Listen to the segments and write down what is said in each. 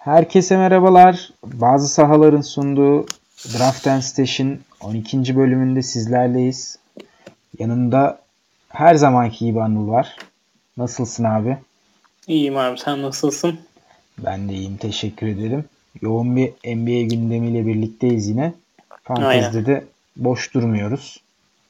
Herkese merhabalar. Bazı sahaların sunduğu Draft and Stash'in 12. bölümünde sizlerleyiz. Yanımda her zamanki gibi Anıl var. Nasılsın abi? İyiyim abi, sen nasılsın? Ben de iyiyim, teşekkür ederim. Yoğun bir NBA gündemiyle birlikteyiz yine. Aynen. Fantezide de boş durmuyoruz.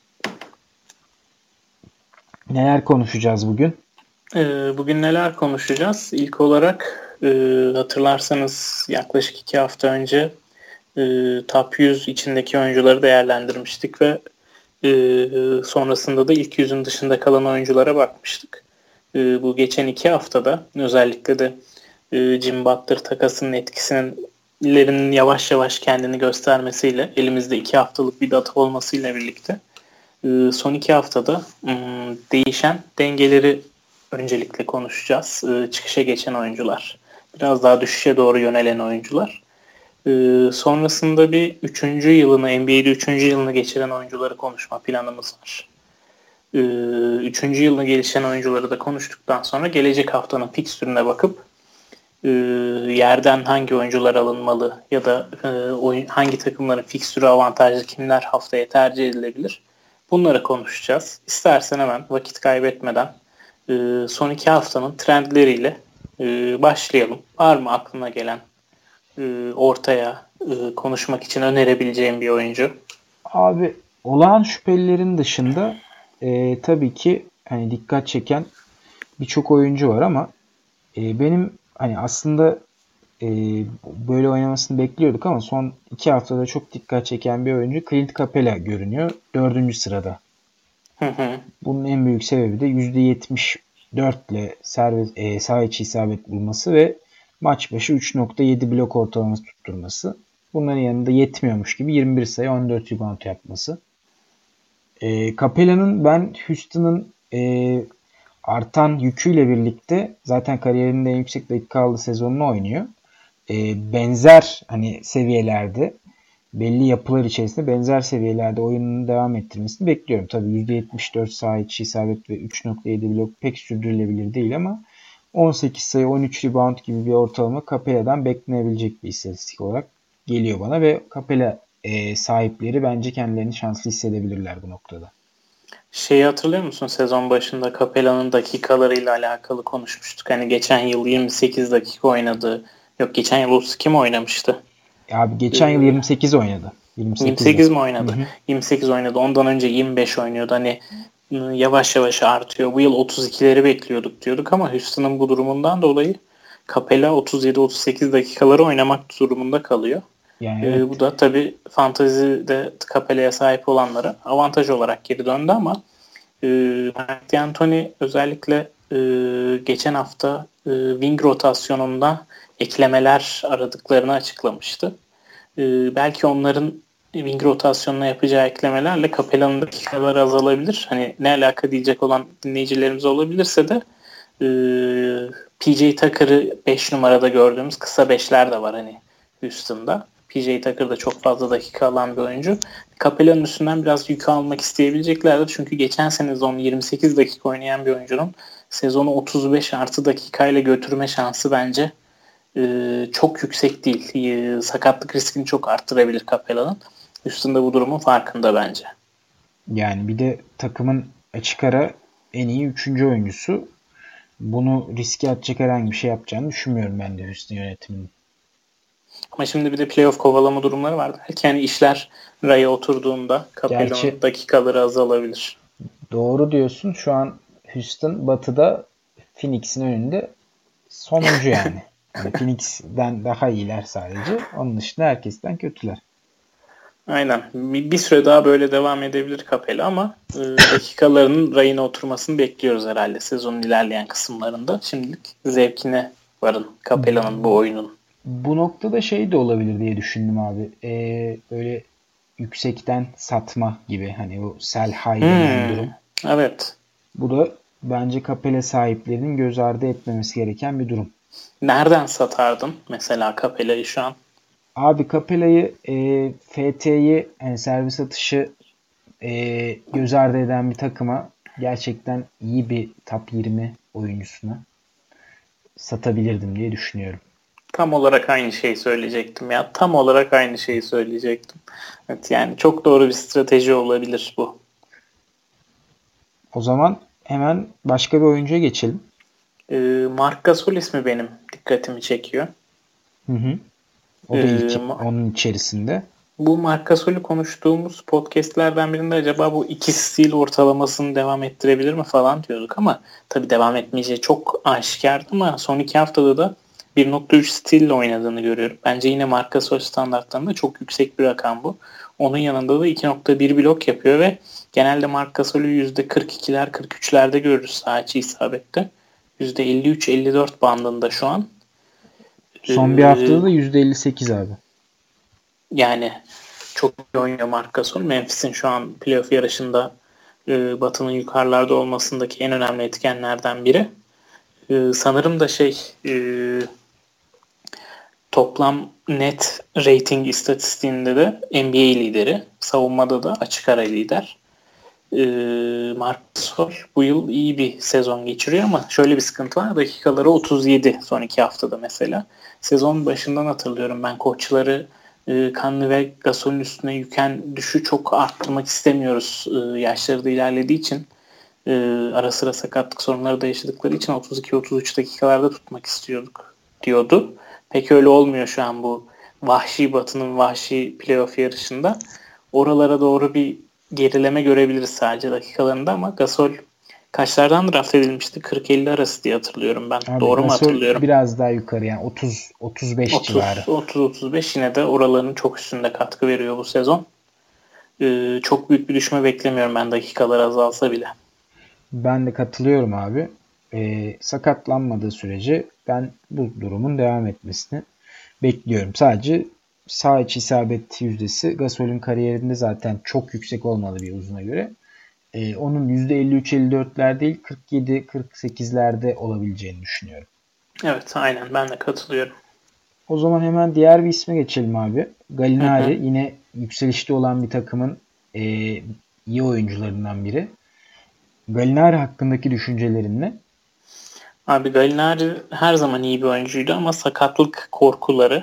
Neler konuşacağız bugün? Bugün neler konuşacağız? İlk olarak hatırlarsanız yaklaşık 2 hafta önce Top 100 içindeki oyuncuları değerlendirmiştik ve sonrasında da ilk yüzün dışında kalan oyunculara bakmıştık. Bu geçen 2 haftada özellikle de Jim Butler takasının etkisinin yavaş yavaş kendini göstermesiyle elimizde 2 haftalık bir data olmasıyla birlikte son 2 haftada değişen dengeleri öncelikle konuşacağız. Çıkışa geçen oyuncular, biraz daha düşüşe doğru yönelen oyuncular. Sonrasında bir 3. yılını, NBA'de 3. yılını geçiren oyuncuları konuşma planımız var. 3. yılına gelişen oyuncuları da konuştuktan sonra gelecek haftanın fikstürüne bakıp yerden hangi oyuncular alınmalı ya da hangi takımların fikstürü avantajlı, kimler haftaya tercih edilebilir, bunları konuşacağız. İstersen hemen vakit kaybetmeden son 2 haftanın trendleriyle başlayalım. Var mı aklına gelen ortaya konuşmak için önerebileceğim bir oyuncu? Abi olağan şüphelilerin dışında tabii ki hani dikkat çeken birçok oyuncu var ama benim hani aslında e, böyle oynamasını bekliyorduk ama son 2 haftada çok dikkat çeken bir oyuncu Clint Capela görünüyor. 4. sırada. Hı hı. Bunun en büyük sebebi de %74 ile saha içi isabet bulması ve maç başı 3.7 blok ortalaması tutturması. Bunların yanında yetmiyormuş gibi 21 sayı 14 rebound yapması. Capela'nın ben Houston'ın artan yüküyle birlikte zaten kariyerinde en yüksek dakika aldığı sezonunu oynuyor. Benzer hani seviyelerde belli yapılar içerisinde benzer seviyelerde oyununu devam ettirmesini bekliyorum. Tabii %74 saha içi isabet ve 3.7 blok pek sürdürülebilir değil ama 18 sayı 13 rebound gibi bir ortalama Capela'dan beklenebilecek bir istatistik olarak geliyor bana ve Capela sahipleri bence kendilerini şanslı hissedebilirler bu noktada. Şeyi hatırlıyor musun? Sezon başında Capella'nın dakikalarıyla alakalı konuşmuştuk. Hani geçen yıl 28 dakika oynadı. Yok, geçen yıl 32 mi oynamıştı? Abi geçen yıl Ee, 28 oynadı. 28'de. 28 mi Hı oynadı? hı. 28 oynadı. Ondan önce 25 oynuyordu. Hani yavaş yavaş artıyor. Bu yıl 32'leri bekliyorduk diyorduk ama Houston'ın bu durumundan dolayı Capella 37-38 dakikaları oynamak durumunda kalıyor. Yani evet. Bu da tabii fantezide Capella'ya sahip olanlara avantaj olarak geri döndü ama Mike D'Antoni özellikle geçen hafta wing rotasyonunda eklemeler aradıklarını açıklamıştı. Belki onların wing rotasyonuna yapacağı eklemelerle Capella'nın dakikaları azalabilir. Hani ne alaka diyecek olan dinleyicilerimiz olabilirse de PJ Tucker'ı 5 numarada gördüğümüz kısa beşler de var hani Houston'da. PJ Tucker da çok fazla dakika alan bir oyuncu. Capella'nın üstünden biraz yük almak isteyebileceklerdir. Çünkü geçen sezon 28 dakika oynayan bir oyuncunun sezonu 35 artı dakikayla götürme şansı bence çok yüksek değil. Sakatlık riskini çok arttırabilir Capella'nın. Houston'da bu durumun farkında bence. Yani bir de takımın açık ara en iyi 3. oyuncusu. Bunu riske atacak herhangi bir şey yapacağını düşünmüyorum ben de Houston yönetiminin. Ama şimdi bir de playoff kovalama durumları var. Belki yani işler raya oturduğunda Gerçi Capella'nın dakikaları azalabilir. doğru diyorsun. Şu an Houston batıda Phoenix'in önünde sonuncu yani. Hani Phoenix'den daha iyiler sadece. Onun dışında herkesten kötüler. Aynen. Bir süre daha böyle devam edebilir Capella ama dakikalarının rayına oturmasını bekliyoruz herhalde sezonun ilerleyen kısımlarında. Şimdilik zevkine varın Capella'nın bu oyunun. Bu noktada şey de olabilir diye düşündüm abi. Böyle yüksekten satma gibi hani o sell high denen durum. Evet. Bu da bence Capella sahiplerinin göz ardı etmemesi gereken bir durum. Nereden satardın mesela Capella'yı şu an? Abi Capella'yı FT'yi yani servis atışı göz ardı eden bir takıma gerçekten iyi bir top 20 oyuncusuna satabilirdim diye düşünüyorum. Tam olarak aynı şeyi söyleyecektim ya. Tam olarak aynı şeyi söyleyecektim. Evet, yani çok doğru bir strateji olabilir bu. O zaman hemen başka bir oyuncuya geçelim. Marc Gasol ismi benim dikkatimi çekiyor. Hı hı. O da onun içerisinde. Bu Marc Gasol'ü konuştuğumuz podcastlerden birinde acaba bu 2 steal ortalamasını devam ettirebilir mi falan diyorduk ama tabii devam etmeyeceği çok aşikardı ama son 2 haftada da 1.3 steal ile oynadığını görüyorum. Bence yine Marc Gasol standartlarında çok yüksek bir rakam bu. Onun yanında da 2.1 blok yapıyor ve genelde Marc Gasol'ü %42'ler 43'lerde görürüz saha içi isabette. %53-54 bandında şu an. Son bir haftada da %58 abi. Yani çok iyi oynuyor Marc Gasol. Memphis'in şu an playoff yarışında Batı'nın yukarılarda olmasındaki en önemli etkenlerden biri. Sanırım da toplam net rating istatistiğinde de NBA lideri. Savunmada da açık ara lider. Marc Gasol bu yıl iyi bir sezon geçiriyor ama şöyle bir sıkıntı var. Dakikaları 37 son 2 haftada mesela. Sezon başından hatırlıyorum ben koçları Kanlı ve Gasol'ün üstüne yüken düşü çok arttırmak istemiyoruz. Yaşları da ilerlediği için ara sıra sakatlık sorunları da yaşadıkları için 32-33 dakikalarda tutmak istiyorduk diyordu. Pek öyle olmuyor şu an bu vahşi Batı'nın vahşi playoff yarışında. Oralara doğru bir gerileme görebiliriz sadece dakikalarında ama Gasol kaçlardan draft edilmişti? 40-50 arası diye hatırlıyorum ben. Abi Doğru mu Gasol hatırlıyorum? biraz daha yukarı yani 30-35 civarı. 30-35 yine de oraların çok üstünde katkı veriyor bu sezon. Çok büyük bir düşme beklemiyorum ben dakikalar azalsa bile. Ben de katılıyorum abi. Sakatlanmadığı sürece ben bu durumun devam etmesini bekliyorum. Sadece sağ içi isabet yüzdesi Gasol'ün kariyerinde zaten çok yüksek olmalı bir uzuna göre. Onun %53-54'ler değil 47-48'lerde olabileceğini düşünüyorum. Evet aynen ben de katılıyorum. O zaman hemen diğer bir isme geçelim abi. Hı hı. Gallinari yine yükselişte olan bir takımın iyi oyuncularından biri. Gallinari hakkındaki düşüncelerin ne? Abi Gallinari her zaman iyi bir oyuncuydu ama sakatlık korkuları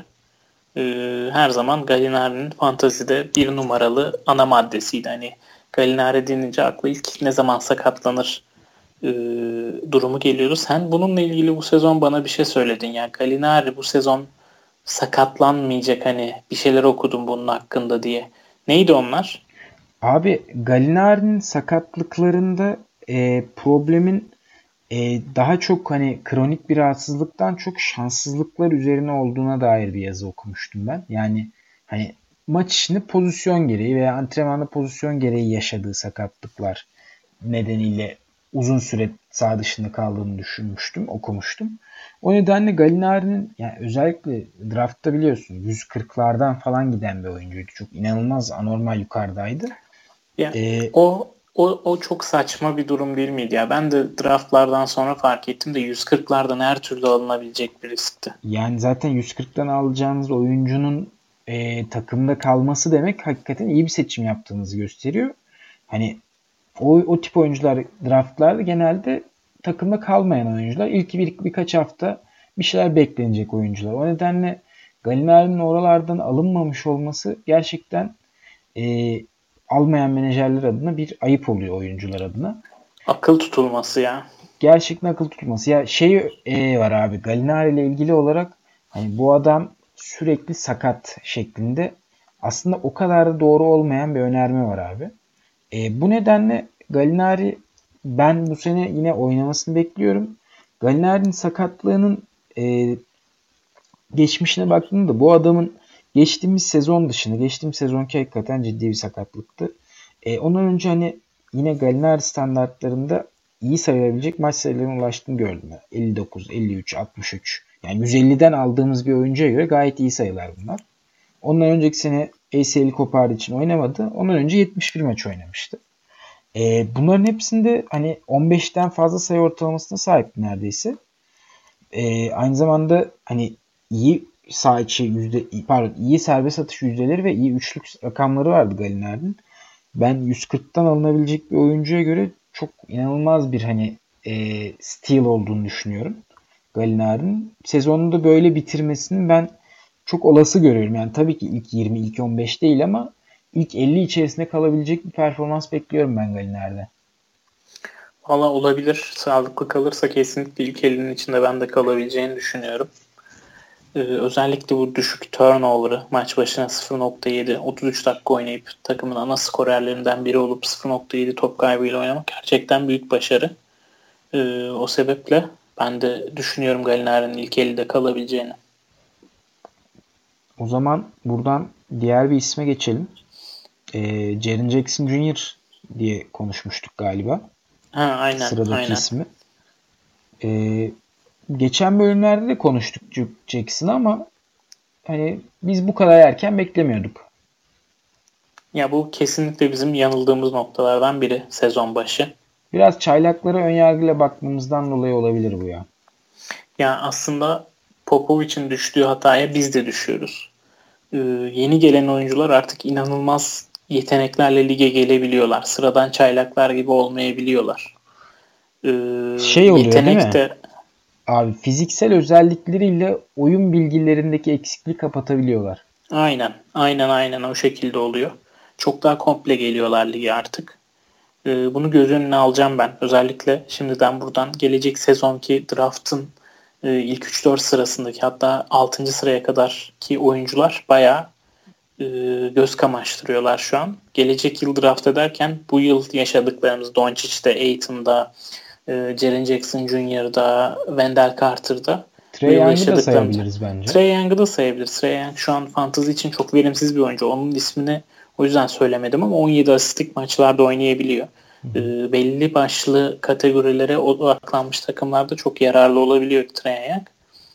her zaman Gallinari'nin fantazide bir numaralı ana maddesiydi. Hani Gallinari denince akla ilk ne zaman sakatlanır e, durumu geliyordu. Sen bununla ilgili bu sezon bana bir şey söyledin. Yani Gallinari bu sezon sakatlanmayacak hani bir şeyler okudum bunun hakkında diye. Neydi onlar? Abi Gallinari'nin sakatlıklarında problemin daha çok hani kronik bir rahatsızlıktan çok şanssızlıklar üzerine olduğuna dair bir yazı okumuştum ben. Yani hani maç içinde pozisyon gereği veya antrenmanda pozisyon gereği yaşadığı sakatlıklar nedeniyle uzun süre sağ dışında kaldığını düşünmüştüm, okumuştum. O nedenle Gallinari'nin yani özellikle draftta biliyorsun 140'lardan falan giden bir oyuncuydu. Çok inanılmaz anormal yukarıdaydı. Ya Ee, o çok saçma bir durum değil miydi ya? Ben de draftlardan sonra fark ettim de 140'lardan her türlü alınabilecek bir riskti. Yani zaten 140'tan alacağınız oyuncunun takımda kalması demek hakikaten iyi bir seçim yaptığınızı gösteriyor. Hani o tip oyuncular draftlarda genelde takımda kalmayan oyuncular. İlk birkaç hafta bir şeyler beklenecek oyuncular. O nedenle Gallinari'nin oralardan alınmamış olması gerçekten e, almayan menajerler adına bir ayıp oluyor oyuncular adına. Akıl tutulması ya. Gerçekten akıl tutulması. Ya var abi Gallinari ile ilgili olarak hani bu adam sürekli sakat şeklinde aslında o kadar da doğru olmayan bir önerme var abi. Bu nedenle Gallinari ben bu sene yine oynamasını bekliyorum. Gallinari'nin sakatlığının e, geçmişine baktığımda bu adamın geçtiğimiz sezon dışında geçtiğimiz sezonki hakikaten ciddi bir sakatlıktı. Ondan önce hani yine Gallinari standartlarında iyi sayılabilecek maç sayılarına ulaştığını gördüm. 59, 53, 63. Yani 150'den aldığımız bir oyuncuya göre gayet iyi sayılar bunlar. Ondan önceki sene ACL'i kopardığı için oynamadı. Ondan önce 71 maç oynamıştı. Bunların hepsinde hani 15'ten fazla sayı ortalamasına sahipti neredeyse. Aynı zamanda hani iyi sağ içi iyi serbest atış yüzdeleri ve iyi üçlük rakamları vardı Gallinari'nin. Ben 140'tan alınabilecek bir oyuncuya göre çok inanılmaz bir hani steal olduğunu düşünüyorum. Gallinari'nin. Sezonunu da böyle bitirmesini ben çok olası görüyorum. Yani tabii ki ilk 20, ilk 15 değil ama ilk 50 içerisinde kalabilecek bir performans bekliyorum ben Gallinari'den. Valla olabilir. Sağlıklı kalırsa kesinlikle ilk 50'nin içinde ben de kalabileceğini düşünüyorum. Özellikle bu düşük turnover'ı, maç başına 0.7, 33 dakika oynayıp takımın ana skorerlerinden biri olup 0.7 top kaybıyla oynamak gerçekten büyük başarı. O sebeple ben de düşünüyorum Gallinari'nin ilk 50'de kalabileceğini. O zaman buradan diğer bir isme geçelim. Jaren Jackson Jr. diye konuşmuştuk galiba. Ha, aynen, Sıradaki aynen. ismi. Geçen bölümlerde de konuştuk Jackson'ı ama hani biz bu kadar erken beklemiyorduk. Ya bu kesinlikle bizim yanıldığımız noktalardan biri sezon başı. Biraz çaylaklara önyargıyla bakmamızdan dolayı olabilir bu ya. Ya aslında Popovic'in düştüğü hataya biz de düşüyoruz. Yeni gelen oyuncular artık inanılmaz yeteneklerle lige gelebiliyorlar. Sıradan çaylaklar gibi olmayabiliyorlar. Şey oluyor değil Yetenek mi? de Abi fiziksel özellikleriyle oyun bilgilerindeki eksikliği kapatabiliyorlar. aynen o şekilde oluyor. Çok daha komple geliyorlar lige artık. Bunu göz önüne alacağım ben. Özellikle şimdiden buradan gelecek sezonki draft'ın ilk 3-4 sırasındaki, hatta 6. sıraya kadar ki oyuncular bayağı göz kamaştırıyorlar şu an. Gelecek yıl draft ederken bu yıl yaşadıklarımız Doncic'te, Aiton'da, Jaren Jackson Jr.'da, Wendell Carter'da, bu Trae yıl Young'ı da yaşadıklarımız. sayabiliriz bence. Trae Young'ı da sayabiliriz. Trae Young şu an fantasy için çok verimsiz bir oyuncu. Onun ismini o yüzden söylemedim ama 17 asistlik maçlarda oynayabiliyor. Hı hı. Belli başlı kategorilere odaklanmış takımlarda çok yararlı olabiliyor Trae Young.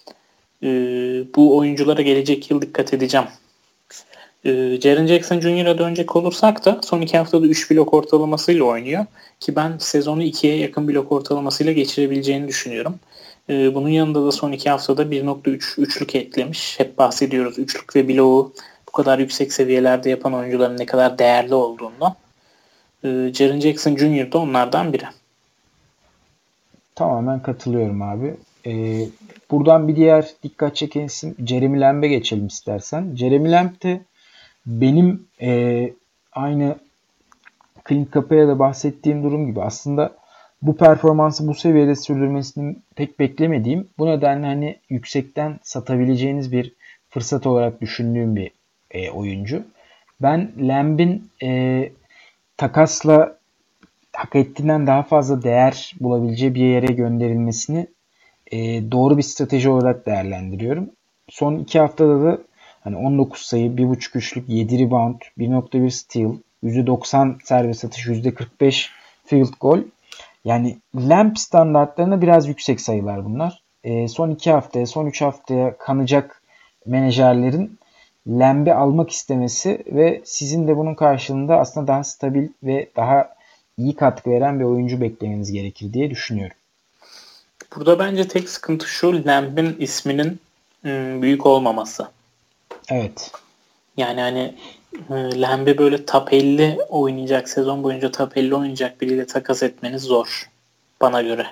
Bu oyunculara gelecek yıl dikkat edeceğim. Jaren Jackson Jr.'a dönecek olursak da son 2 haftada 3 blok ortalamasıyla oynuyor. Ki ben sezonu 2'ye yakın blok ortalamasıyla geçirebileceğini düşünüyorum. Bunun yanında da son 2 haftada 1.3 üçlük eklemiş. Hep bahsediyoruz üçlük ve bloğu bu kadar yüksek seviyelerde yapan oyuncuların ne kadar değerli olduğundan. Jaren Jackson Jr. da onlardan biri. Tamamen katılıyorum abi. Buradan bir diğer dikkat çeken isim Jeremy Lamb'e geçelim istersen. Jeremy Lamb de benim aynı Clint Capela'da bahsettiğim durum gibi aslında bu performansı bu seviyede sürdürmesini pek beklemediğim, bu nedenle hani yüksekten satabileceğiniz bir fırsat olarak düşündüğüm bir oyuncu. Ben Lamb'in takasla hak ettiğinden daha fazla değer bulabileceği bir yere gönderilmesini doğru bir strateji olarak değerlendiriyorum. Son 2 haftada da hani 19 sayı, 1.5 üçlük, 7 rebound, 1.1 steal, %90 serbest atış, %45 field goal. Yani Lamp standartlarına biraz yüksek sayılar bunlar. Son 2 haftaya, son 3 haftaya kanacak menajerlerin Lamb'i almak istemesi ve sizin de bunun karşılığında aslında daha stabil ve daha iyi katkı veren bir oyuncu beklemeniz gerekir diye düşünüyorum. Burada bence tek sıkıntı şu: Lamb'in isminin büyük olmaması. Evet. Yani hani Lamb'i böyle top 50 oynayacak, sezon boyunca top 50 oynayacak biriyle takas etmeniz zor bana göre.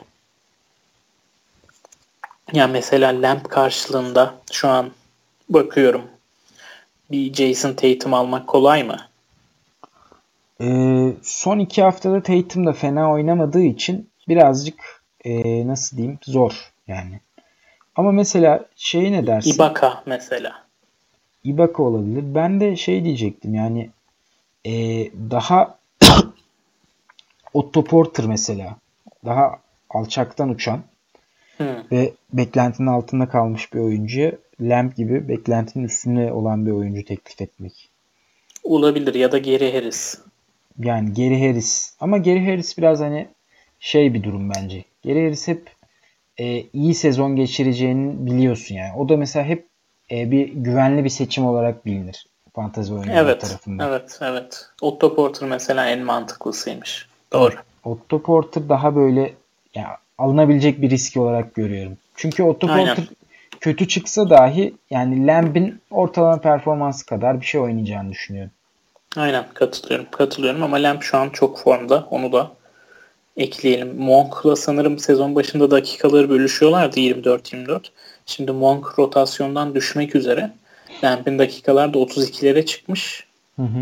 Yani mesela Lamb karşılığında şu an bakıyorum, bir Jason Tatum almak kolay mı? Son 2 haftada Tatum da fena oynamadığı için birazcık nasıl diyeyim zor yani. Ama mesela şey ne dersin? Ibaka mesela. Ibaka olabilir. Ben de şey diyecektim yani daha Otto Porter mesela. Daha alçaktan uçan Hmm. ve beklentinin altında kalmış bir oyuncuya Lamb gibi beklentinin üstünde olan bir oyuncu teklif etmek. Olabilir, ya da Gary Harris. Yani Gary Harris. Ama Gary Harris biraz hani şey bir durum bence. Gary Harris hep iyi sezon geçireceğini biliyorsun yani. O da mesela hep bir güvenli bir seçim olarak bilinir fantezi oyuncuları Evet, tarafından. evet. Otto Porter mesela en mantıklısıymış. Evet. Doğru. Otto Porter daha böyle yani alınabilecek bir risk olarak görüyorum. Çünkü Otto Aynen. Porter kötü çıksa dahi yani Lamb'in ortalama performansı kadar bir şey oynayacağını düşünüyorum. Aynen, katılıyorum ama Lamb şu an çok formda. Onu da ekleyelim. Monk'la sanırım sezon başında dakikaları bölüşüyorlardı 24-24. Şimdi Monk rotasyondan düşmek üzere. Lamp'in dakikalar da 32'lere çıkmış. Hı hı.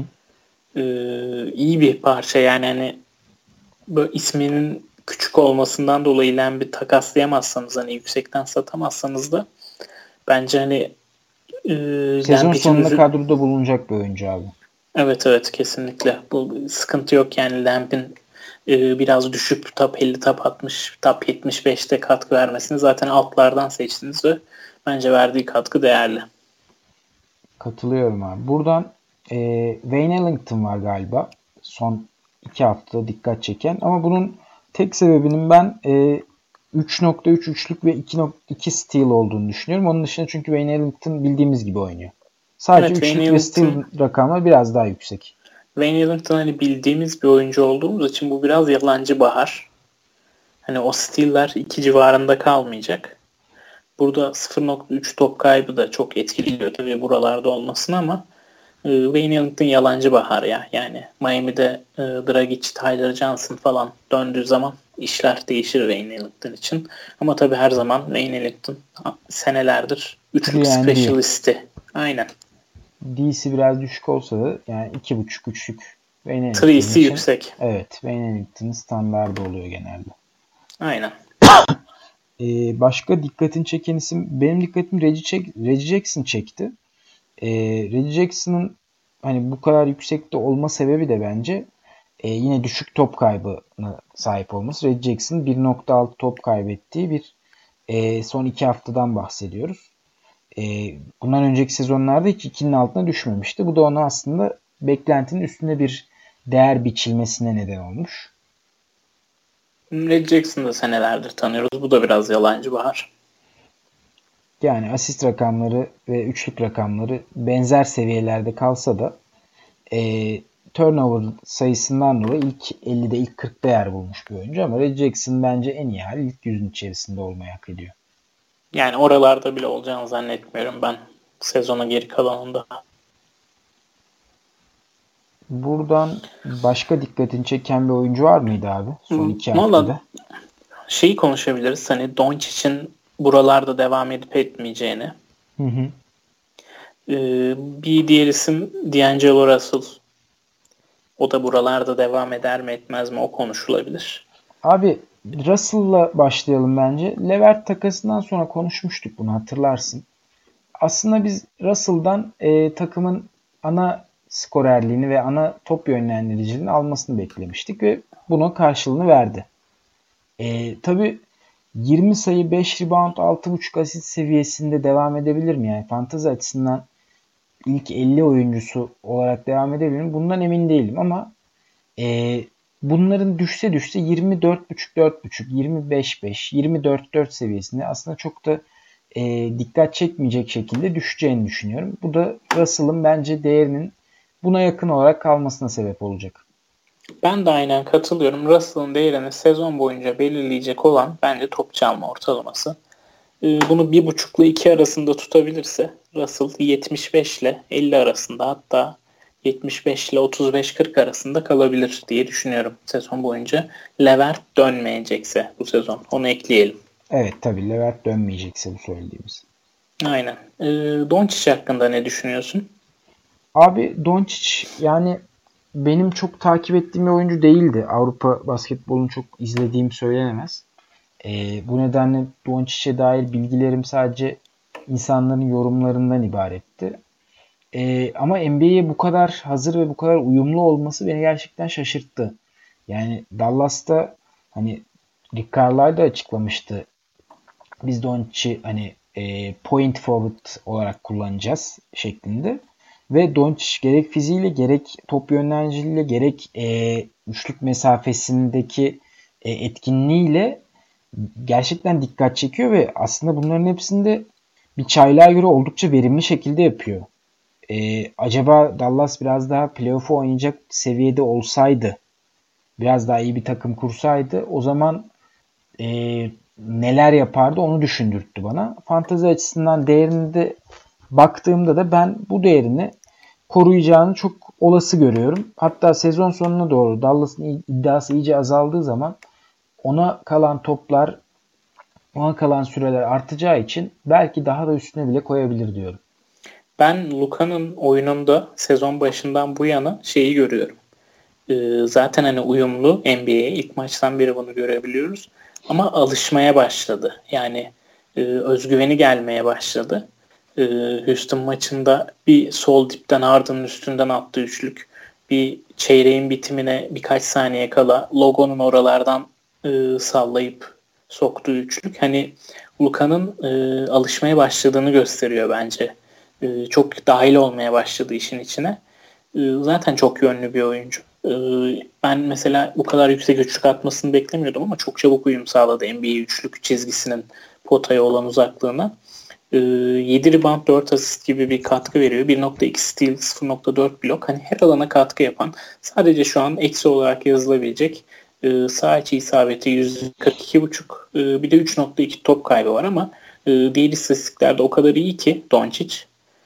İyi bir parça yani hani böyle isminin küçük olmasından dolayı Lamp'i takaslayamazsanız hani yüksekten satamazsanız da bence hani Sezon Lamp için sonunda kadroda bulunacak bir oyuncu abi. Evet kesinlikle. Bu sıkıntı yok yani Lamp'in biraz düşük top 50 top 60 top 75'te katkı vermesini zaten altlardan seçtiniz ve bence verdiği katkı değerli. Katılıyorum abi. Buradan Wayne Ellington var galiba. Son 2 hafta dikkat çeken. Ama bunun tek sebebinin ben 3.3 üçlük ve 2.2 steal olduğunu düşünüyorum. Onun dışında çünkü Wayne Ellington bildiğimiz gibi oynuyor. Sadece Evet, üçlük ve steal rakamı biraz daha yüksek. Wayne Ellington hani bildiğimiz bir oyuncu olduğumuz için bu biraz yalancı bahar. Hani o steal'ler 2 civarında kalmayacak. Burada 0.3 top kaybı da çok etkiliyor tabii buralarda olmasını ama Wayne Ellington yalancı bahar ya. Yani Miami'de Dragic, Tyler Johnson falan döndüğü zaman işler değişir Wayne Ellington için. Ama tabii her zaman Wayne Ellington senelerdir üçlük 3&D. specialist'i. Aynen. D'si biraz düşük olsa da yani 2.5 üçlük Wayne Ellington Three'si için yüksek. evet Wayne Ellington'ın standardı oluyor genelde. Aynen. Başka dikkatini çeken isim benim dikkatimi Reggie Jackson çekti. Reggie Jackson'ın hani bu kadar yüksekte olma sebebi de bence yine düşük top kaybına sahip olması. Reggie Jackson 1.6 top kaybettiği bir son 2 haftadan bahsediyoruz. Bundan önceki sezonlarda hiç 2'nin altına düşmemişti. Bu da ona aslında beklentinin üstünde bir değer biçilmesine neden olmuş. Red Jackson'ı da senelerdir tanıyoruz. Bu da biraz yalancı bahar. Yani asist rakamları ve üçlük rakamları benzer seviyelerde kalsa da turnover sayısından dolayı ilk 50'de ilk 40'da yer bulmuş bir oyuncu ama Reggie Jackson bence en iyi hali ilk 100'ün içerisinde olmayı hak ediyor. Yani oralarda bile olacağını zannetmiyorum ben sezona geri kalanında. Buradan başka dikkatini çeken bir oyuncu var mıydı abi son 2 Valla haftada? şeyi konuşabiliriz. Hani Doncic'in buralarda devam edip etmeyeceğini. Hı hı. Bir diğer isim D'Angelo Russell. O da buralarda devam eder mi etmez mi o konuşulabilir. Abi Russell'la başlayalım bence. Levert takasından sonra konuşmuştuk bunu hatırlarsın. Aslında biz Russell'dan takımın ana skorerliğini ve ana top yönlendiriciliğini almasını beklemiştik ve buna karşılığını verdi. Tabii 20 sayı, 5 rebound, 6.5 asist seviyesinde devam edebilir mi? Yani fantezi açısından ilk 50 oyuncusu olarak devam edebilir mi? Bundan emin değilim ama bunların düşse 24.5-4.5, 25.5, 24.4 seviyesinde aslında çok da dikkat çekmeyecek şekilde düşeceğini düşünüyorum. Bu da Russell'ın bence değerinin buna yakın olarak kalmasına sebep olacak. Ben de aynen katılıyorum. Russell'ın değerini sezon boyunca belirleyecek olan bence top çalma ortalaması. Bunu 1.5 ile 2 arasında tutabilirse Russell 75 ile 50 arasında hatta 75 ile 35-40 arasında kalabilir diye düşünüyorum sezon boyunca. Levert dönmeyecekse bu sezon. Onu ekleyelim. Evet tabii Levert dönmeyecekse bu söylediğimiz. Aynen. Doncic hakkında ne düşünüyorsun? Abi Doncic yani benim çok takip ettiğim bir oyuncu değildi. Avrupa basketbolunu çok izlediğim söylenemez. Bu nedenle Doncic'e dair bilgilerim sadece insanların yorumlarından ibaretti. Ama NBA'ye bu kadar hazır ve bu kadar uyumlu olması beni gerçekten şaşırttı. Yani Dallas'ta hani Rick Carlisle da açıklamıştı. Biz Doncic'i hani point forward olarak kullanacağız şeklinde. Ve Doncic gerek fiziğiyle gerek top yönlendiriciliğiyle gerek üçlük mesafesindeki etkinliğiyle gerçekten dikkat çekiyor ve aslında bunların hepsinde bir çaylağa göre oldukça verimli şekilde yapıyor. Acaba Dallas biraz daha playoff'u oynayacak seviyede olsaydı, biraz daha iyi bir takım kursaydı o zaman e, neler yapardı onu düşündürttü bana. Fantezi açısından değerini de baktığımda da ben bu değerini koruyacağını çok olası görüyorum. Hatta sezon sonuna doğru Dallas'ın iddiası iyice azaldığı zaman ona kalan toplar, ona kalan süreler artacağı için belki daha da üstüne bile koyabilir diyorum. Ben Luka'nın oyununda sezon başından bu yana şeyi görüyorum. Zaten hani uyumlu NBA'ye ilk maçtan beri bunu görebiliyoruz. Ama alışmaya başladı. Yani özgüveni gelmeye başladı. Houston maçında bir sol dipten Harden'ın üstünden attığı üçlük. Bir çeyreğin bitimine birkaç saniye kala logonun oralardan sallayıp soktuğu üçlük. Hani Luka'nın alışmaya başladığını gösteriyor bence. Çok dahil olmaya başladı işin içine. Zaten çok yönlü bir oyuncu. Ben mesela bu kadar yüksek üçlük atmasını beklemiyordum ama çok çabuk uyum sağladı NBA üçlük çizgisinin potaya olan uzaklığına. 7 rebound 4 asist gibi bir katkı veriyor. 1.2 steal, 0.4 blok. Hani her alana katkı yapan, sadece şu an eksi olarak yazılabilecek sağ içi isabeti %42.5, bir de 3.2 top kaybı var ama diğer istatistiklerde o kadar iyi ki Doncic.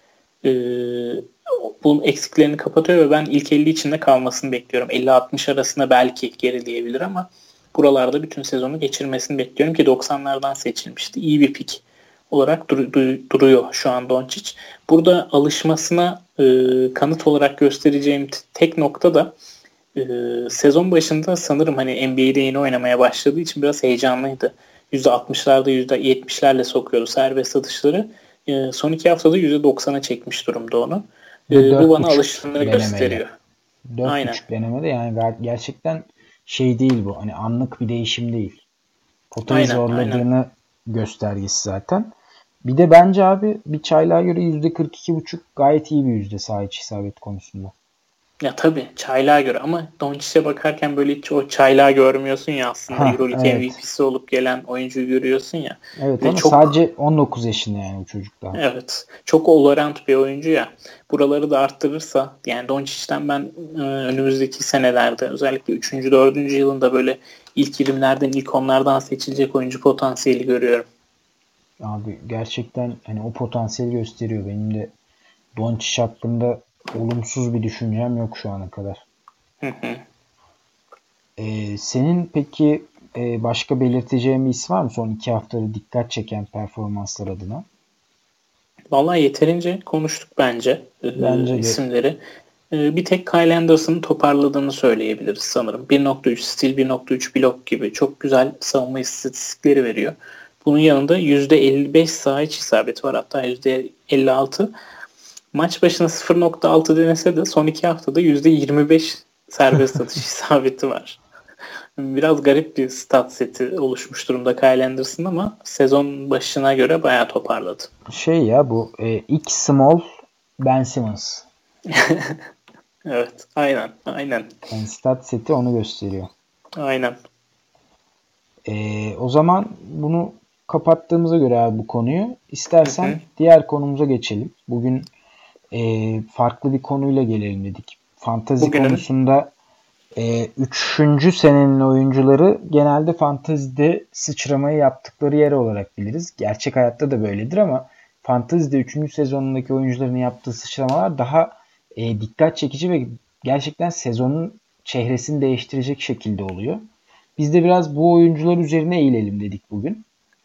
Bunun eksiklerini kapatıyor ve ben ilk 50 içinde kalmasını bekliyorum. 50-60 arasında belki gerileyebilir ama buralarda bütün sezonu geçirmesini bekliyorum ki 90'lardan seçilmişti. İyi bir pik olarak duruyor şu an Doncic. Burada alışmasına kanıt olarak göstereceğim tek nokta da sezon başında sanırım hani NBA'de yeni oynamaya başladığı için biraz heyecanlıydı. %60'larda %70'lerle sokuyordu serbest atışları. Son 2 haftada %90'a çekmiş durumda onu. Bu bana alıştığını gösteriyor. 4.5 denemede yani gerçekten şey değil bu. Hani anlık bir değişim değil. Potayı zorladığını göstergesi zaten. Bir de bence abi bir çaylağa göre %42.5 gayet iyi bir yüzde saha içi isabet konusunda. Ya tabii çaylağa göre ama Doncic'e bakarken böyle hiç o çaylağı görmüyorsun ya aslında. Euroleague MVP'si olup gelen oyuncuyu görüyorsun ya. Evet ama çok, sadece 19 yaşında yani bu çocuk daha. Evet. Çok all-around bir oyuncu ya. Buraları da arttırırsa yani Doncic'ten ben önümüzdeki senelerde özellikle 3. 4. yılında böyle ilk 20'lerden ilk 10'lardan seçilecek oyuncu potansiyeli görüyorum. Abi gerçekten hani o potansiyeli gösteriyor. Benim de Doncic hakkında olumsuz bir düşüncem yok şu ana kadar. Senin peki başka belirteceğin bir isim var mı son 2 haftada dikkat çeken performanslar adına? Vallahi yeterince konuştuk bence, isimleri. Bir tek Kyle Anderson'ın toparladığını söyleyebiliriz sanırım. 1.3 stil, 1.3 blok gibi çok güzel savunma istatistikleri veriyor. Bunun yanında %55 saha içi isabeti var, hatta %56. Maç başına 0.6 denese de son 2 haftada %25 serbest atış isabeti var. Biraz garip bir stat seti oluşmuş durumda Kyle Anderson ama sezon başına göre bayağı toparladı. Şey ya bu X small Ben Simmons. Evet, aynen. Yani stat seti onu gösteriyor. Aynen. O zaman bunu kapattığımıza göre abi bu konuyu istersen diğer konumuza geçelim. Bugün farklı bir konuyla gelelim dedik. Fantezi konusunda 3. senenin oyuncuları genelde fantezide sıçramayı yaptıkları yer olarak biliriz. Gerçek hayatta da böyledir ama fantezide 3. sezonundaki oyuncuların yaptığı sıçramalar daha dikkat çekici ve gerçekten sezonun çehresini değiştirecek şekilde oluyor. Biz de biraz bu oyuncular üzerine eğilelim dedik bugün.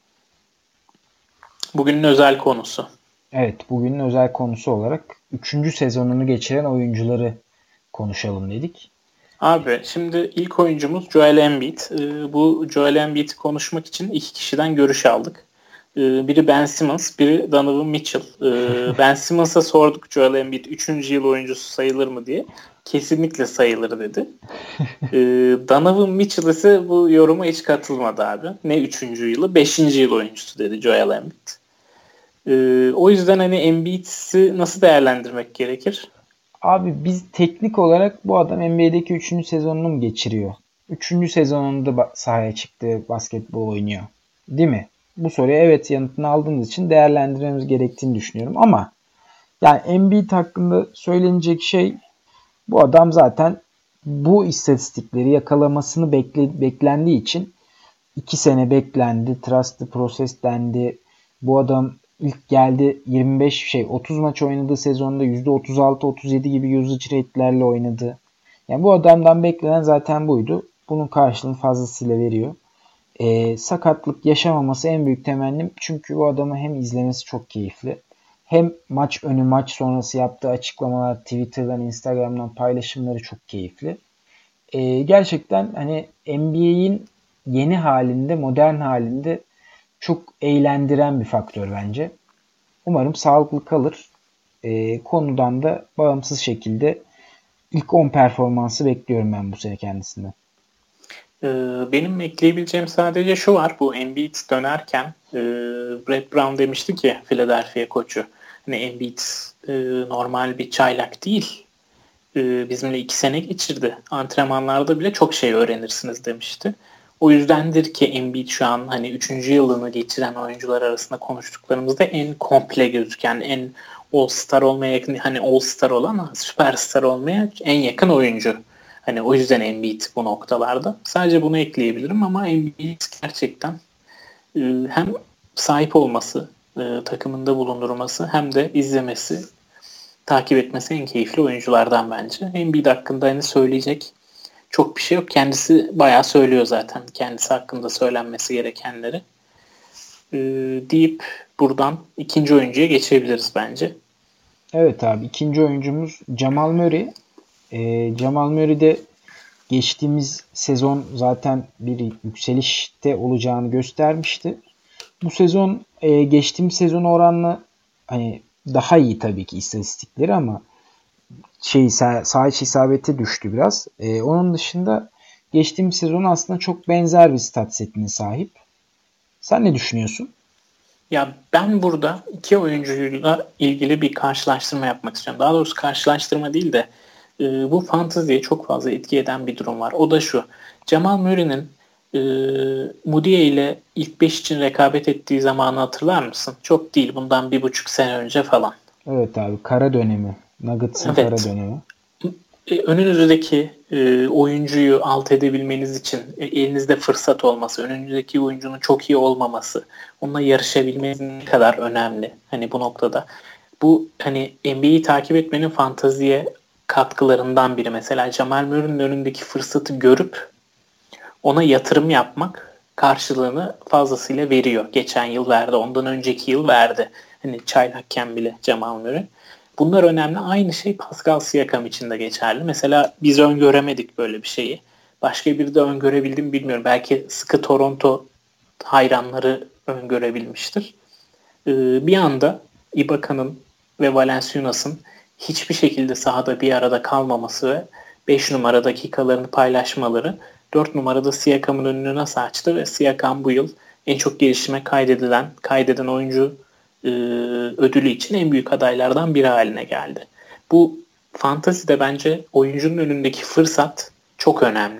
Bugünün özel konusu. Evet, bugünün özel konusu olarak 3. sezonunu geçiren oyuncuları konuşalım dedik. Abi şimdi ilk oyuncumuz Joel Embiid. Bu Joel Embiid'i konuşmak için 2 kişiden görüş aldık. Biri Ben Simmons, biri Donovan Mitchell. Ben Simmons'a sorduk Joel Embiid 3. yıl oyuncusu sayılır mı diye. Kesinlikle sayılır dedi. Donovan Mitchell ise bu yoruma hiç katılmadı abi. Ne 3. yılı 5. yıl oyuncusu dedi Joel Embiid. O yüzden hani Embiid'i nasıl değerlendirmek gerekir? Abi biz teknik olarak bu adam NBA'deki 3. sezonunu mu geçiriyor? 3. sezonunda sahaya çıktı, basketbol oynuyor. Değil mi? Bu soruya evet yanıtını aldığımız için değerlendirmemiz gerektiğini düşünüyorum. Ama yani Embiid hakkında söylenecek şey bu adam zaten bu istatistikleri yakalamasını beklendiği için 2 sene beklendi. Trust the process dendi. Bu adam ilk geldi 30 maç oynadığı sezonda %36-37 gibi usage rate'lerle oynadı. Yani bu adamdan beklenen zaten buydu. Bunun karşılığını fazlasıyla veriyor. Sakatlık yaşamaması en büyük temennim. Çünkü bu adamı hem izlemesi çok keyifli. Hem maç önü maç sonrası yaptığı açıklamalar, Twitter'dan, Instagram'dan paylaşımları çok keyifli. Gerçekten hani NBA'in yeni halinde, modern halinde çok eğlendiren bir faktör bence. Umarım sağlıklı kalır. Konudan da bağımsız şekilde ilk 10 performansı bekliyorum ben bu sene kendisinden. Benim ekleyebileceğim sadece şu var. Bu Embiid dönerken Brett Brown demişti ki Philadelphia koçu. Hani Embiid normal bir çaylak değil. Bizimle 2 sene geçirdi. Antrenmanlarda bile çok şey öğrenirsiniz demişti. O yüzdendir ki Embiid şu an hani 3. yılını geçiren oyuncular arasında konuştuklarımızda en komple gözüken, en All-Star olmaya yakın, hani All-Star olan ama Süperstar olmaya en yakın oyuncu. Hani o yüzden Embiid bu noktalarda. Sadece bunu ekleyebilirim ama Embiid gerçekten hem sahip olması, takımında bulundurması hem de izlemesi, takip etmesi en keyifli oyunculardan bence. Embiid hakkında hani söyleyecek çok bir şey yok. Kendisi bayağı söylüyor zaten. Kendisi hakkında söylenmesi gerekenleri. Deyip buradan ikinci oyuncuya geçebiliriz bence. Evet abi, ikinci oyuncumuz Jamal Murray. Jamal Murray de geçtiğimiz sezon zaten bir yükselişte olacağını göstermişti. Bu sezon geçtiğimiz sezon oranla hani daha iyi tabii ki istatistikleri ama saha içi isabeti düştü biraz. Onun dışında geçtiğimiz sezon aslında çok benzer bir stat setine sahip. Sen ne düşünüyorsun? Ya ben burada iki oyuncuyla ilgili bir karşılaştırma yapmak istiyorum. Daha doğrusu karşılaştırma değil de bu fanteziye çok fazla etki eden bir durum var. O da şu. Jamal Murray'nin Mudiay ile ilk 5 için rekabet ettiği zamanı hatırlar mısın? Çok değil. Bundan 1,5 sene önce falan. Evet abi, kara dönemi. Nuggets'ın kara Evet. dönemi. Önünüzdeki oyuncuyu alt edebilmeniz için elinizde fırsat olması, önünüzdeki oyuncunun çok iyi olmaması, onunla yarışabilmeniz ne kadar önemli hani bu noktada. Bu hani NBA'yi takip etmenin fantaziye katkılarından biri. Mesela Jamal Murray'nin önündeki fırsatı görüp ona yatırım yapmak karşılığını fazlasıyla veriyor. Geçen yıl verdi, ondan önceki yıl verdi. Hani çaylakken bile Jamal Murray. Bunlar önemli. Aynı şey Pascal Siakam için de geçerli. Mesela biz öngöremedik böyle bir şeyi. Başka biri de öngörebildi mi bilmiyorum. Belki sıkı Toronto hayranları öngörebilmiştir. Bir anda Ibaka'nın ve Valanciunas'ın hiçbir şekilde sahada bir arada kalmaması ve 5 numara dakikalarını paylaşmaları 4 numarada Siakam'ın önünü nasıl açtı ve Siakam bu yıl en çok gelişime kaydeden oyuncu ödülü için en büyük adaylardan biri haline geldi. Bu fantazide bence oyuncunun önündeki fırsat çok önemli.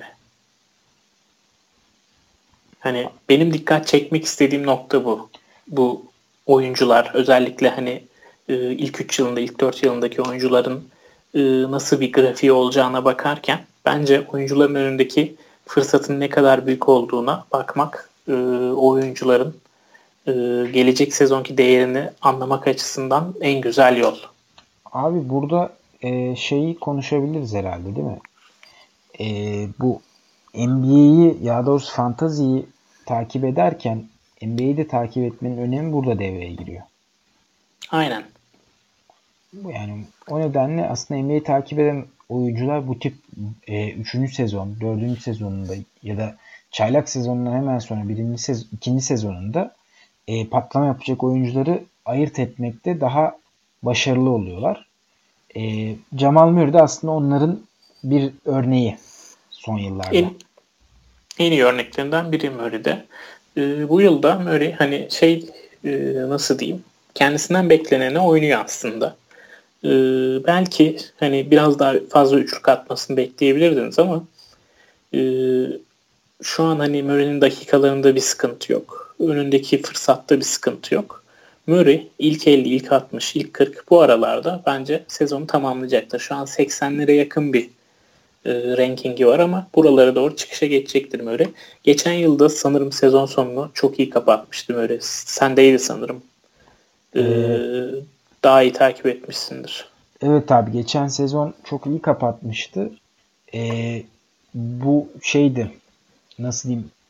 Hani benim dikkat çekmek istediğim nokta bu. Bu oyuncular özellikle hani ilk 3 yılında, ilk 4 yılındaki oyuncuların nasıl bir grafiği olacağına bakarken bence oyuncuların önündeki fırsatın ne kadar büyük olduğuna bakmak o oyuncuların gelecek sezonki değerini anlamak açısından en güzel yol. Abi burada şeyi konuşabiliriz herhalde, değil mi? Bu NBA'yi, ya doğrusu fantaziyi takip ederken NBA'yi de takip etmenin önemi burada devreye giriyor. Aynen. Yani o nedenle aslında NBA'yi takip eden oyuncular bu tip 3. sezon, 4. sezonunda ya da çaylak sezonundan hemen sonra 2. sezonunda patlama yapacak oyuncuları ayırt etmekte daha başarılı oluyorlar. Jamal Murray de aslında onların bir örneği son yıllarda. En iyi örneklerinden biri Murray'de. Bu yılda Murray hani nasıl diyeyim, kendisinden bekleneni oynuyor aslında. Ee, Belki hani biraz daha fazla üçlük atmasını bekleyebilirdiniz ama e, şu an hani Murray'nin dakikalarında bir sıkıntı yok. Önündeki fırsatta bir sıkıntı yok. Murray ilk 50, ilk 60, ilk 40 bu aralarda bence sezonu tamamlayacaktır. Şu an 80'lere yakın bir rankingi var ama buralara doğru çıkışa geçecektir Murray. Geçen yılda sanırım sezon sonunu çok iyi kapatmıştı Murray. Sendeydi sanırım. Ee, Ee, Daha iyi takip etmişsindir. evet abi, geçen sezon çok iyi kapatmıştı. Bu şeydi, nasıl diyeyim,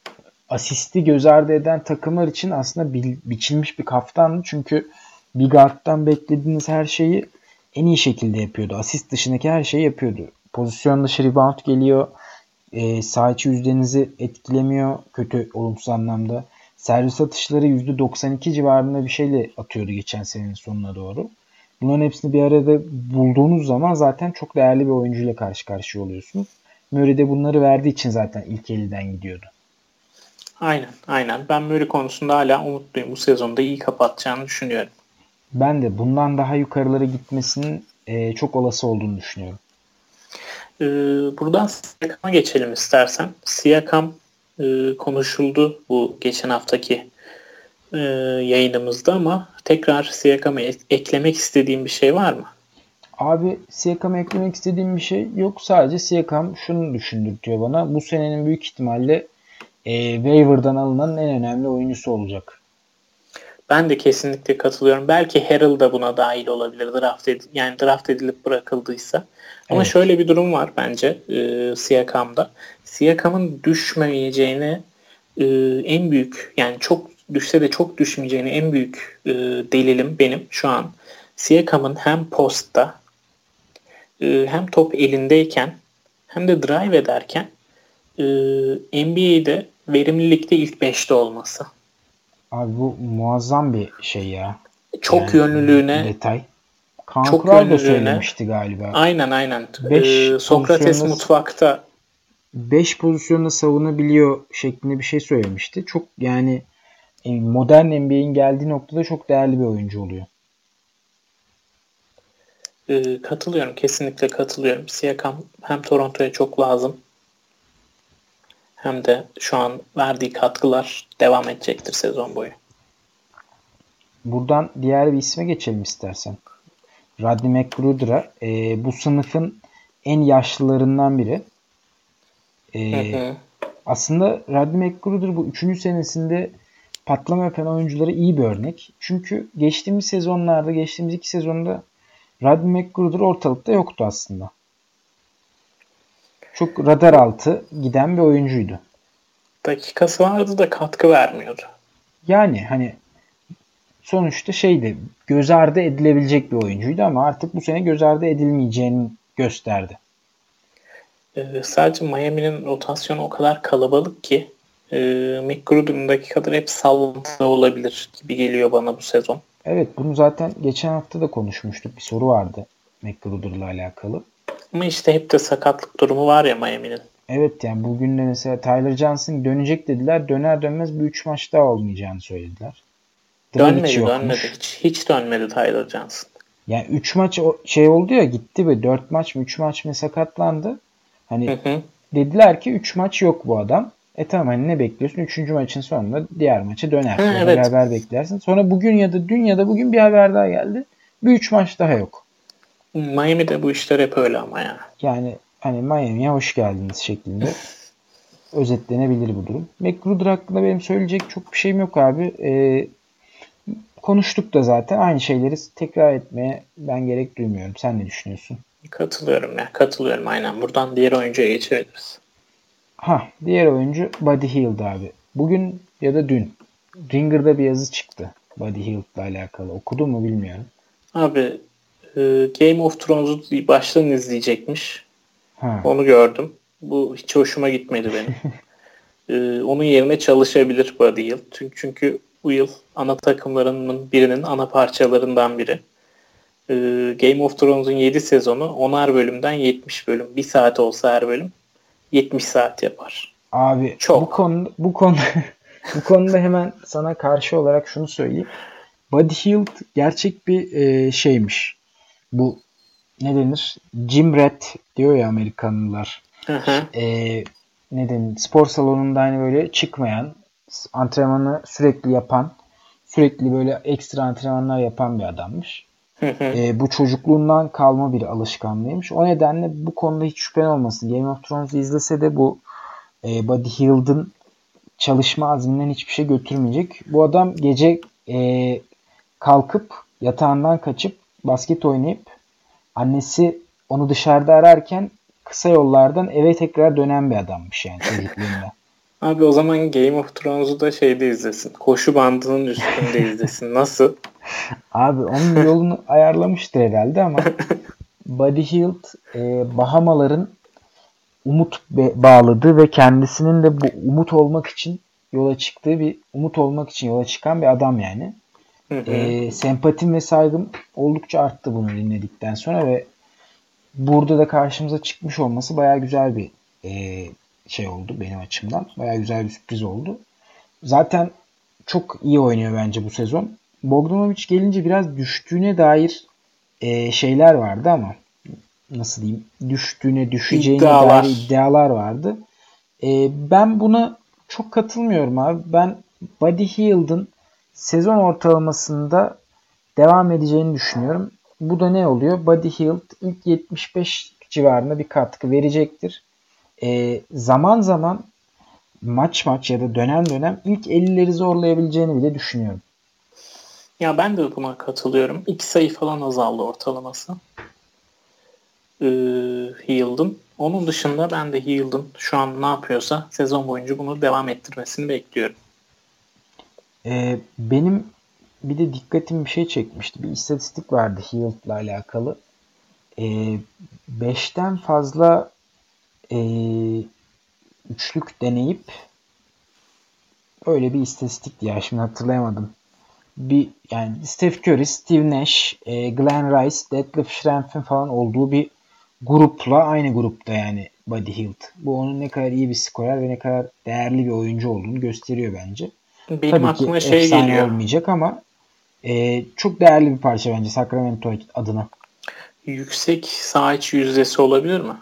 asisti göz ardı eden takımlar için aslında biçilmiş bir kaftandı. Çünkü bir guard'dan beklediğiniz her şeyi en iyi şekilde yapıyordu. Asist dışındaki her şeyi yapıyordu. Pozisyon dışı rebound geliyor. Sağ içi yüzdenizi etkilemiyor kötü olumsuz anlamda. Servis atışları %92 civarında bir şeyle atıyordu geçen senenin sonuna doğru. Bunların hepsini bir arada bulduğunuz zaman zaten çok değerli bir oyuncuyla karşı karşıya oluyorsunuz. Murray de bunları verdiği için zaten ilk 50'den gidiyordu. Aynen. Ben Murray konusunda hala umutluyum. Bu sezonda iyi kapatacağını düşünüyorum. Ben de bundan daha yukarılara gitmesinin çok olası olduğunu düşünüyorum. Buradan Siakam'a geçelim istersen. Siakam konuşuldu bu geçen haftaki yayınımızda ama tekrar Siakam'a eklemek istediğim bir şey var mı? Abi Siakam'a eklemek istediğim bir şey yok. Sadece Siakam şunu düşündürtüyor bana. Bu senenin büyük ihtimalle waiver'dan alınan en önemli oyuncusu olacak. Ben de kesinlikle katılıyorum. Belki Harrell da buna dahil olabilir. Draft edilip bırakıldıysa. Ama Evet. şöyle bir durum var bence Siakam'da. Siakam'ın düşmeyeceğini en büyük, yani çok düşse de çok düşmeyeceğini en büyük delilim benim şu an. Siakam'ın hem postta hem top elindeyken hem de drive ederken NBA'de verimlilikte ilk 5'te olması. Abi bu muazzam bir şey ya. Çok yönlülüğüne detay. Kaan çok Kural da yönlülüğüne söylemişti galiba. aynen. 5 Sokrates mutfakta 5 pozisyonda savunabiliyor şeklinde bir şey söylemişti. Çok yani modern NBA'in geldiği noktada çok değerli bir oyuncu oluyor. Katılıyorum. Kesinlikle katılıyorum. Siakam hem Toronto'ya çok lazım hem de şu an verdiği katkılar devam edecektir sezon boyu. Buradan diğer bir isme geçelim istersen. Rodney McGruder'a. Bu sınıfın en yaşlılarından biri. Aslında Rodney McGruder bu 3. senesinde patlama yapan oyunculara iyi bir örnek. Çünkü geçtiğimiz 2 sezonda Rodney McGruder ortalıkta yoktu aslında. Çok radar altı giden bir oyuncuydu. Dakikası vardı da katkı vermiyordu. Yani hani sonuçta göz ardı edilebilecek bir oyuncuydu ama artık bu sene göz ardı edilmeyeceğini gösterdi. Sadece Miami'nin rotasyonu o kadar kalabalık ki McGruder'ın dakikaları hep sallantıda olabilir gibi geliyor bana bu sezon. Evet, bunu zaten geçen hafta da konuşmuştuk. Bir soru vardı McGruder'la alakalı. Ama işte hep de sakatlık durumu var ya Miami'nin. Evet, yani bugün de mesela Tyler Johnson dönecek dediler. Döner dönmez bir 3 maç daha olmayacağını söylediler. Dönmedi. Hiç dönmedi Tyler Johnson. Yani 3 maç oldu ya, gitti ve 4 maç mı 3 maç mı sakatlandı. Hani dediler ki 3 maç yok bu adam. Tamam, hani ne bekliyorsun? 3. maçın sonunda diğer maça döner. Evet. Bir haber beklersin. Sonra bugün ya da dün ya da bugün bir haber daha geldi. Bir 3 maç daha yok. Miami'de bu işler hep öyle ama ya. Yani hani Miami'ye hoş geldiniz şeklinde özetlenebilir bu durum. McGruder hakkında benim söyleyecek çok bir şeyim yok abi. Konuştuk da zaten, aynı şeyleri tekrar etmeye ben gerek duymuyorum. Sen ne düşünüyorsun? Katılıyorum aynen. Buradan diğer oyuncuya geçebiliriz. Diğer oyuncu Buddy Hield abi. Bugün ya da dün Ringer'da bir yazı çıktı Buddy Hield'la alakalı. Okudun mu bilmiyorum. Abi Game of Thrones'u baştan izleyecekmiş. Ha. Onu gördüm. Bu hiç hoşuma gitmedi benim. Onun yerine çalışabilir Buddy Hield. Çünkü bu yıl ana takımlarının birinin ana parçalarından biri. Game of Thrones'un 7 sezonu 10'ar bölümden 70 bölüm. 1 saat olsa her bölüm 70 saat yapar. Abi çok. Bu konuda hemen sana karşı olarak şunu söyleyeyim. Buddy Hield gerçek bir şeymiş. Bu ne denir? Gym rat diyor ya Amerikanlılar. Ne denir? Spor salonunda hani böyle çıkmayan, antrenmanı sürekli yapan, sürekli böyle ekstra antrenmanlar yapan bir adammış. Bu çocukluğundan kalma bir alışkanlığıymış. O nedenle bu konuda hiç şüphen olmasın. Game of Thrones'u izlese de bu Buddy Hield'ın çalışma azminden hiçbir şey götürmeyecek. Bu adam gece kalkıp yatağından kaçıp basket oynayıp annesi onu dışarıda ararken kısa yollardan eve tekrar dönen bir adammış yani çocukluğunda. Abi o zaman Game of Thrones'u da şeyde izlesin. Koşu bandının üstünde izlesin. Nasıl? Abi onun yolunu ayarlamıştır herhalde ama Buddy Hield Bahamaların bağladığı ve kendisinin de bu umut olmak için yola çıkan bir adam yani. Hı hı. Sempatim ve saygım oldukça arttı bunu dinledikten sonra ve burada da karşımıza çıkmış olması bayağı güzel bir şey oldu benim açımdan. Bayağı güzel bir sürpriz oldu. Zaten çok iyi oynuyor bence bu sezon. Bogdanovic gelince biraz düştüğüne dair şeyler vardı ama nasıl diyeyim, düşeceğine dair İddialar. iddialar vardı. Ben buna çok katılmıyorum abi. Ben Buddy Hield'ın sezon ortalamasında devam edeceğini düşünüyorum. Bu da ne oluyor? Buddy Hield ilk 75 civarında bir katkı verecektir. Zaman zaman maç ya da dönem dönem ilk 50'leri zorlayabileceğini bile düşünüyorum. Ya ben de buna katılıyorum. 2 sayı falan azaldı ortalaması. Hield'ın. Onun dışında ben de Hield'ın şu an ne yapıyorsa sezon boyunca bunu devam ettirmesini bekliyorum. Benim bir de dikkatimi bir şey çekmişti. Bir istatistik vardı Hield'la alakalı. 5'ten fazla e, üçlük deneyip öyle bir istatistikti ya, şimdi hatırlayamadım. Yani Steph Curry, Steve Nash, Glenn Rice, Detlef Schrempf'in falan olduğu bir grupla aynı grupta yani Buddy Hield. Bu onun ne kadar iyi bir skorer ve ne kadar değerli bir oyuncu olduğunu gösteriyor bence. Benim Tabii ki aklıma şey efsane geliyor. olmayacak ama çok değerli bir parça bence Sacramento adına. Yüksek saha içi yüzdesi olabilir mi?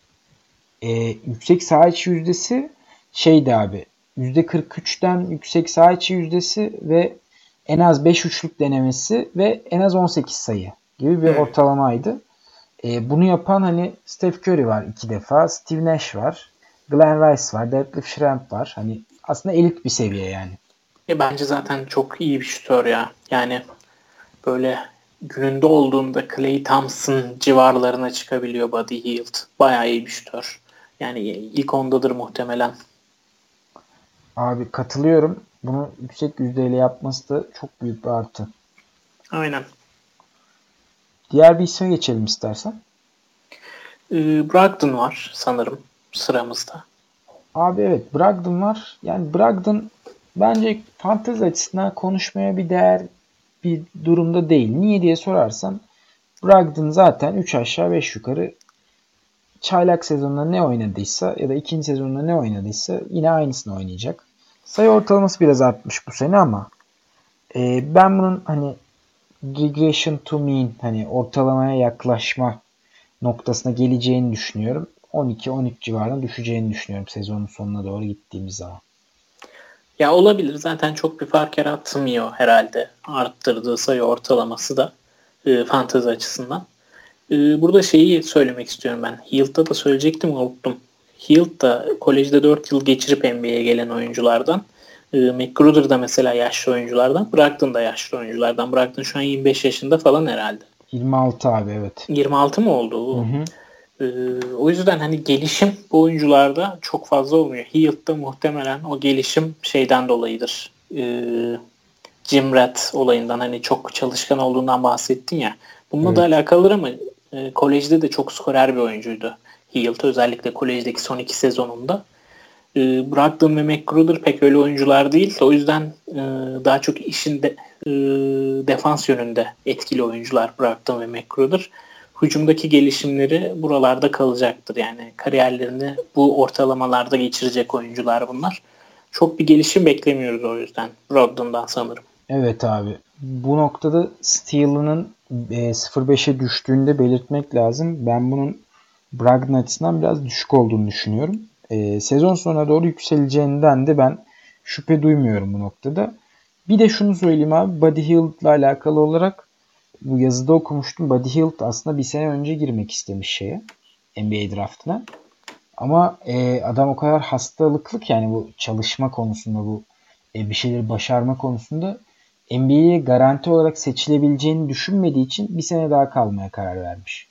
Yüksek saha içi yüzdesi şeydi abi. %43'ten yüksek saha içi yüzdesi ve en az 5 üçlük denemesi ve en az 18 sayı gibi bir ortalamaydı. Bunu yapan hani Steph Curry var 2 defa, Steve Nash var, Glenn Rice var, Detlef Schrempf var. Hani aslında elit bir seviye yani. Bence zaten çok iyi bir şutör ya. Yani böyle gününde olduğunda Klay Thompson civarlarına çıkabiliyor Buddy Hield. Bayağı iyi bir şutör. Yani ilk ondadır muhtemelen. Abi katılıyorum. Bunu yüksek yüzdeyle yapması da çok büyük bir artı. Aynen. Diğer bir isme geçelim istersen. Brogdon var sanırım sıramızda. Abi evet, Brogdon var. Yani Brogdon bence fantezi açısından konuşmaya bir değer bir durumda değil. Niye diye sorarsan Brogdon zaten 3 aşağı 5 yukarı çaylak sezonunda ne oynadıysa ya da ikinci sezonunda ne oynadıysa yine aynısını oynayacak. Sayı ortalaması biraz artmış bu sene ama ben bunun hani regression to mean, hani ortalamaya yaklaşma noktasına geleceğini düşünüyorum. 12-13 civarına düşeceğini düşünüyorum sezonun sonuna doğru gittiğimiz zaman. Ya olabilir. Zaten çok bir fark yaratmıyor herhalde. Arttırdığı sayı ortalaması da fantezi açısından. Burada şeyi söylemek istiyorum ben. Hield'da da söyleyecektim, unuttum. Hield da kolejde 4 yıl geçirip NBA'ye gelen oyunculardan. McGruder da mesela yaşlı oyunculardan. Brogdon da yaşlı oyunculardan. Brogdon şu an 25 yaşında falan herhalde. 26 abi, evet. 26 mı Hı oldu? hı. O yüzden hani gelişim bu oyuncularda çok fazla olmuyor. Hield'da muhtemelen o gelişim şeyden dolayıdır. Jim Rat olayından, hani çok çalışkan olduğundan bahsettin ya. Bununla da Evet. alakalıdır ama kolejde de çok skorer bir oyuncuydu. Hield özellikle kolejdeki son 2 sezonunda. Brogdon ve McGruder pek öyle oyuncular değil. O yüzden daha çok işin defans yönünde etkili oyuncular Brogdon ve McGruder. Hücumdaki gelişimleri buralarda kalacaktır. Yani kariyerlerini bu ortalamalarda geçirecek oyuncular bunlar. Çok bir gelişim beklemiyoruz o yüzden Brogdon'dan sanırım. Evet abi. Bu noktada Steele'ın 0.5'e düştüğünde belirtmek lazım. Ben bunun Brogdon açısından biraz düşük olduğunu düşünüyorum. Sezon sonuna doğru yükseleceğinden de ben şüphe duymuyorum bu noktada. Bir de şunu söyleyeyim abi. Buddy Hield'la alakalı olarak bu yazıda okumuştum. Buddy Hield aslında bir sene önce girmek istemiş NBA draftına. Ama adam o kadar hastalıklı ki yani bu çalışma konusunda, bu bir şeyleri başarma konusunda NBA'ye garanti olarak seçilebileceğini düşünmediği için bir sene daha kalmaya karar vermiş.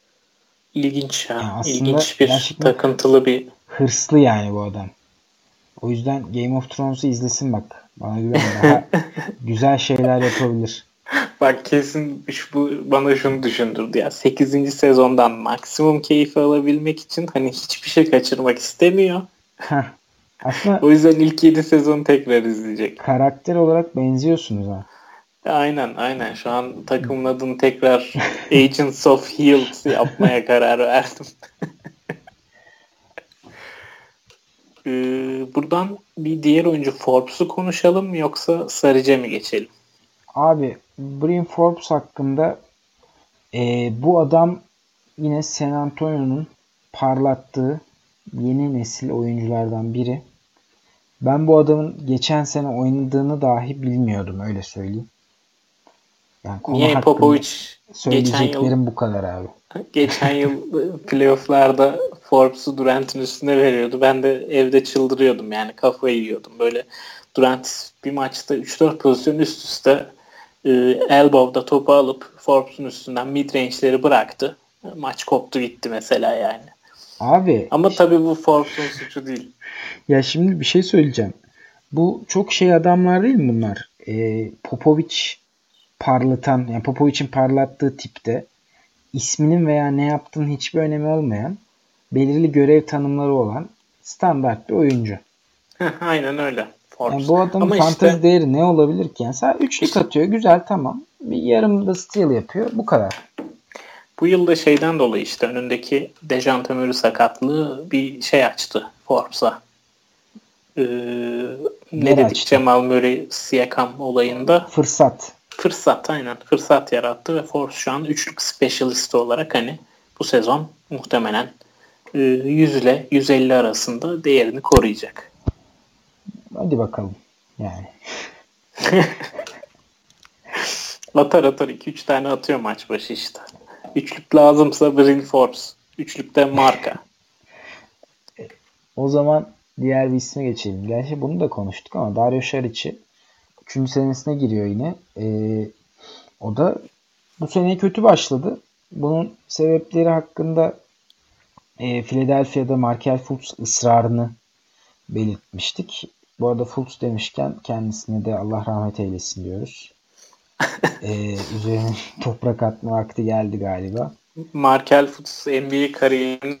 İlginç Yani ya. aslında İlginç bir gerçekten takıntılı bir. hırslı yani bu adam. O yüzden Game of Thrones'u izlesin bak. Bana güven, daha güzel şeyler yapabilir. Bak kesin bu bana şunu düşündürdü ya. 8. sezondan maksimum keyfi alabilmek için hani hiçbir şey kaçırmak istemiyor. Heh. Aslında O yüzden ilk 7 sezonu tekrar izleyecek. karakter olarak benziyorsunuz ha. Aynen. Şu an takımın adını tekrar Agents of S.H.I.E.L.D. yapmaya karar verdim. Buradan bir diğer oyuncu Forbes'u konuşalım mı yoksa Sarıca mı geçelim? Abi Bryn Forbes hakkında bu adam yine San Antonio'nun parlattığı yeni nesil oyunculardan biri. Ben bu adamın geçen sene oynadığını dahi bilmiyordum, öyle söyleyeyim. Yani konu Niye hakkında Popovic geçen yıl söyleyeceklerim bu kadar abi. geçen yıl playoff'larda Forbes'u Durant'in üstüne veriyordu. Ben de evde çıldırıyordum yani kafayı yiyordum. Böyle Durant bir maçta 3-4 pozisyon üst üste elbow'da topu alıp Forbes'un üstünden mid-range'leri bıraktı. Maç koptu gitti mesela yani. Abi Ama tabii bu Forbes'un suçu değil. ya şimdi bir şey söyleyeceğim. Bu çok şey adamlar değil mi bunlar? Popovic parlatan, yani Popovic'in parlattığı tipte, isminin veya ne yaptığının hiçbir önemi olmayan, belirli görev tanımları olan standart bir oyuncu. Aynen öyle Yani Forbes. bu adamın Ama fantezi işte değeri ne olabilir ki? Yani sadece üçlük atıyor, güzel, tamam. Bir yarım da steal yapıyor, bu kadar. bu yılda şeyden dolayı işte önündeki Dejounte Murray sakatlığı bir şey açtı Forbes'a. Ee, ne Yer dedik açtı. Cemal Murray Siakam olayında Fırsat. fırsat yarattı ve Forbes şu an üçlük specialist olarak hani bu sezon muhtemelen 100 ile 150 arasında değerini koruyacak. Hadi bakalım. Yani. Atar 2-3 tane atıyor maç başı işte. Üçlük lazımsa Bryn Forbes. Üçlükte marka. O zaman diğer bir isme geçelim. Gerçi bunu da konuştuk ama Dario Saric'i 3. senesine giriyor yine. O da bu sene kötü başladı. Bunun sebepleri hakkında Philadelphia'da Markelle Fultz ısrarını belirtmiştik. Bu arada Fultz demişken kendisine de Allah rahmet eylesin diyoruz. Üzerine toprak atma vakti geldi galiba. Markel Fultz NBA kariyerini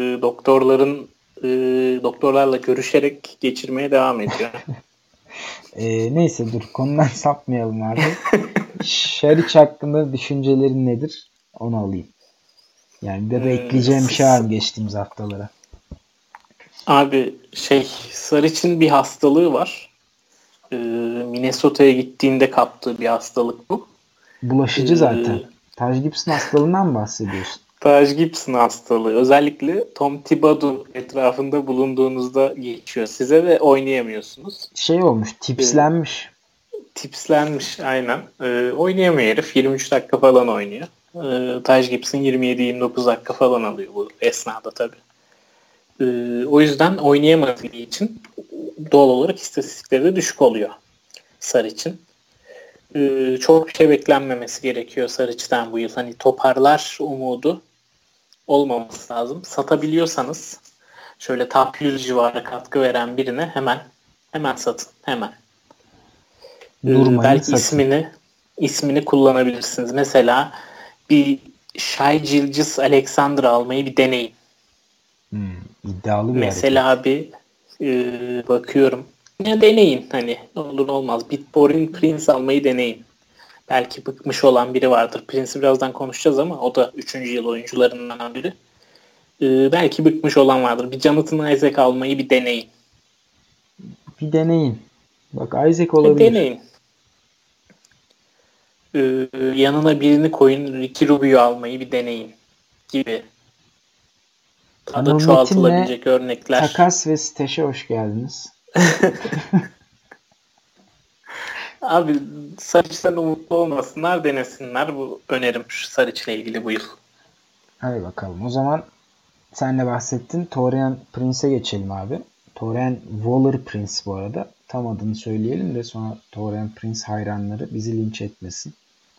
doktorlarla görüşerek geçirmeye devam ediyor. Neyse dur, konudan sapmayalım abi. Şariç hakkında düşüncelerin nedir? Onu alayım. Yani de ekleyeceğim bir şey var mı geçtiğimiz haftalara? Abi Saric'in bir hastalığı var. Minnesota'ya gittiğinde kaptığı bir hastalık bu. Bulaşıcı zaten. Taj Gibson hastalığından mı bahsediyorsun? Taj Gibson hastalığı. Özellikle Tom Thibodeau etrafında bulunduğunuzda geçiyor size ve oynayamıyorsunuz. Şey olmuş, Ee, tipslenmiş. tipslenmiş aynen. Oynayamıyor herif. 23 dakika falan oynuyor. Taj Gibson 27-29 dakika falan alıyor bu esnada tabii. O yüzden oynayamadığı için doğal olarak istatistikleri de düşük oluyor Saric'in. Çok bir şey beklenmemesi gerekiyor Saric'ten bu yıl. Hani toparlar umudu olmaması lazım. Satabiliyorsanız şöyle top 100 civarı katkı veren birine hemen satın. Hemen. Durmayın, Belki satın. ismini kullanabilirsiniz. Mesela bir Shai Gilgeous-Alexander almayı bir deneyin. İddialı bir hareket. Mesela abi bakıyorum. Ya deneyin hani olur olmaz. Bitborin Prince almayı deneyin. Belki bıkmış olan biri vardır. Prince'i birazdan konuşacağız ama o da 3. yıl oyuncularından biri. Belki bıkmış olan vardır. Bir Jonathan Isaac almayı bir deneyin. Bir deneyin. Bak, Isaac olabilir. Deneyin. Yanına birini koyun. Ricky Rubio almayı bir deneyin. Gibi. Daha da Anıl Metin'le çoğaltılabilecek örnekler. takas ve stajı hoş geldiniz. Abi Sarıç'tan umutlu olmasınlar, denesinler. Bu önerim şu Sarıç'la ilgili bu yıl. Hadi bakalım. O zaman sen de bahsettin. Torian Prince'e geçelim abi. Torian Waller Prince bu arada. Tam adını söyleyelim de sonra Torian Prince hayranları bizi linç etmesin.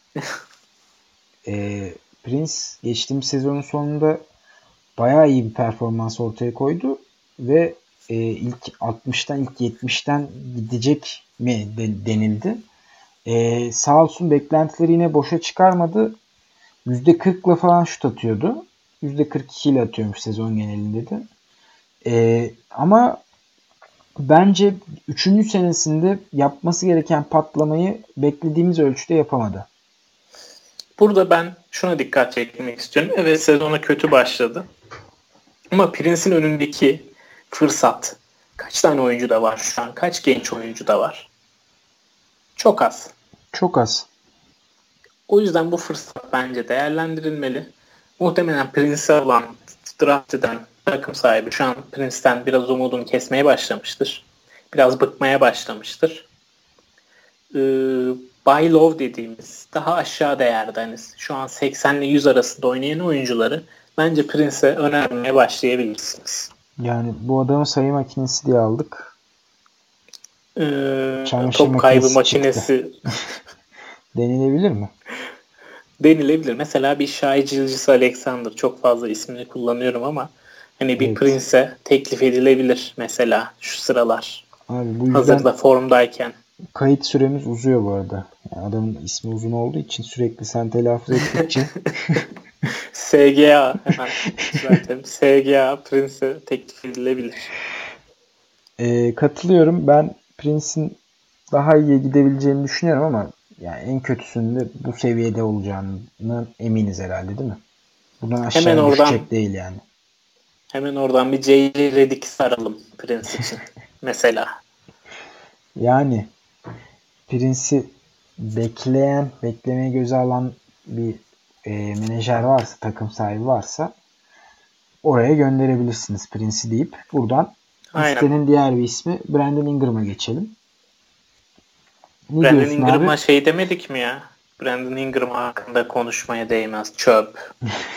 Prince geçtiğimiz sezonun sonunda bayağı iyi bir performans ortaya koydu ve ilk 60'tan ilk 70'ten gidecek mi denildi. Sağ olsun beklentileri yine boşa çıkarmadı. %40'la falan şut atıyordu. %42 ile atıyormuş sezon genelinde de. Ama bence 3. senesinde yapması gereken patlamayı beklediğimiz ölçüde yapamadı. Burada ben şuna dikkat çekmek istiyorum. Evet, sezona kötü başladı. Ama Prince'in önündeki fırsat kaç tane oyuncu da var şu an? Kaç genç oyuncu da var? Çok az. Çok az. O yüzden bu fırsat bence değerlendirilmeli. Muhtemelen Prince'e olan draft eden takım sahibi şu an Prince'ten biraz umudunu kesmeye başlamıştır. Biraz bıkmaya başlamıştır. Buy low dediğimiz daha aşağı değerde, hani şu an 80 ile 100 arasında oynayan oyuncuları bence Prince'e önermeye başlayabilirsiniz. Yani bu adamı sayı makinesi diye aldık. Top kaybı makinesi denilebilir mi? Denilebilir. Mesela bir Shai Gilgeous-Alexander, çok fazla ismini kullanıyorum ama hani bir Prince'e teklif edilebilir mesela şu sıralar. Abi bu hazırda formdayken. Kayıt süremiz uzuyor bu arada. Yani adamın ismi uzun olduğu için sürekli sen telaffuz ettikçe SGA hemen zaten SGA Prince'e teklif edilebilir. Katılıyorum. Ben Prince'in daha iyi gidebileceğini düşünüyorum ama yani en kötüsünde bu seviyede olacağını eminiz herhalde, değil mi? Bundan aşağı düşecek değil yani. Hemen oradan bir J.J. Redick saralım Prince için mesela. Yani Prince'i beklemeye göze alan bir menajer varsa, takım sahibi varsa oraya gönderebilirsiniz Prince'i deyip buradan listenin diğer bir ismi Brandon Ingram'a geçelim. Brandon Ingram'a şey demedik mi ya? Brandon Ingram hakkında konuşmaya değmez. Çöp.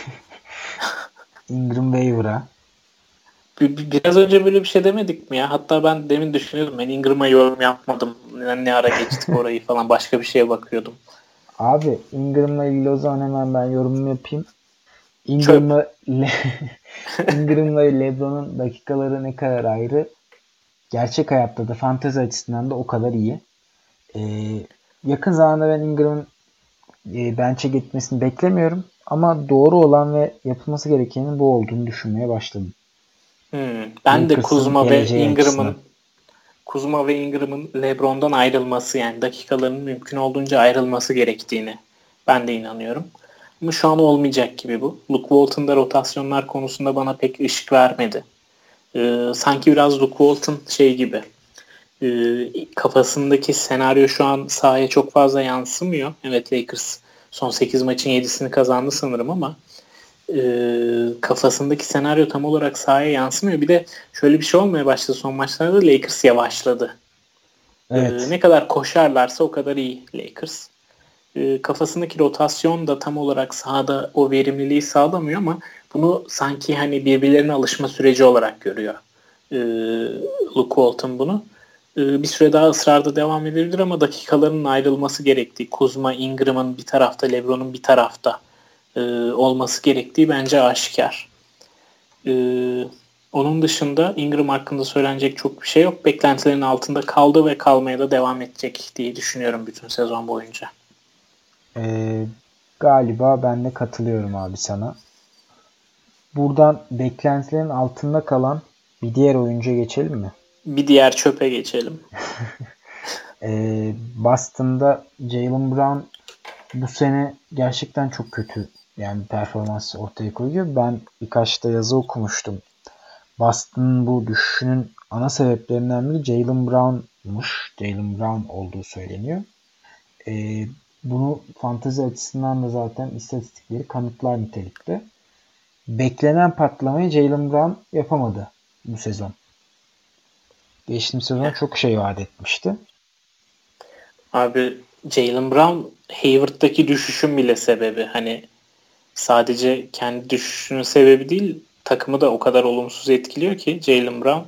Ingram waiver'a. Biraz önce böyle bir şey demedik mi ya? Hatta ben demin düşünüyordum. Ben Ingram'a yorum yapmadım. Ne ara geçtik orayı falan. Başka bir şeye bakıyordum. Abi Ingram'la ilgili o zaman hemen ben yorumumu yapayım. Ingram'la LeBron'un dakikaları ne kadar ayrı. Gerçek hayatta da fantezi açısından da o kadar iyi. Yakın zamanda ben Ingram'ın bench'e gitmesini beklemiyorum. Ama doğru olan ve yapılması gerekenin bu olduğunu düşünmeye başladım. Ben de Kuzma ve Ingram'ın LeBron'dan ayrılması, yani dakikalarının mümkün olduğunca ayrılması gerektiğini ben de inanıyorum. Ama şu an olmayacak gibi bu. Luke Walton da rotasyonlar konusunda bana pek ışık vermedi. Sanki biraz Luke Walton şey gibi, kafasındaki senaryo şu an sahaya çok fazla yansımıyor. Evet, Lakers son 8 maçın 7'sini kazandı sanırım ama kafasındaki senaryo tam olarak sahaya yansımıyor. Bir de şöyle bir şey olmaya başladı son maçlarda, Lakers yavaşladı. Evet. Ne kadar koşarlarsa o kadar iyi Lakers. Kafasındaki rotasyon da tam olarak sahada o verimliliği sağlamıyor ama bunu sanki hani birbirlerine alışma süreci olarak görüyor Luke Walton bunu. Bir süre daha ısrarda devam edebilir ama dakikalarının ayrılması gerektiği, Kuzma, Ingram'ın bir tarafta, LeBron'un bir tarafta olması gerektiği bence aşikar. Onun dışında Ingram hakkında söylenecek çok bir şey yok. Beklentilerin altında kaldı ve kalmaya da devam edecek diye düşünüyorum bütün sezon boyunca. Galiba ben de katılıyorum abi sana. Buradan beklentilerin altında kalan bir diğer oyuncuya geçelim mi? Bir diğer çöpe geçelim. Boston'da Jaylen Brown bu sene gerçekten çok kötü yani performans ortaya koyuyor. Ben birkaç da yazı okumuştum. Boston'ın bu düşüşünün ana sebeplerinden biri Jaylen Brown'muş. Jaylen Brown olduğu söyleniyor. Bunu fantezi açısından da zaten istatistikleri kanıtlar nitelikte. Beklenen patlamayı Jaylen Brown yapamadı bu sezon. Geçtiğimiz sezon çok şey vaat etmişti. Abi Jaylen Brown Hayward'daki düşüşün bile sebebi. Hani sadece kendi düşüşünün sebebi değil, takımı da o kadar olumsuz etkiliyor ki Jaylen Brown.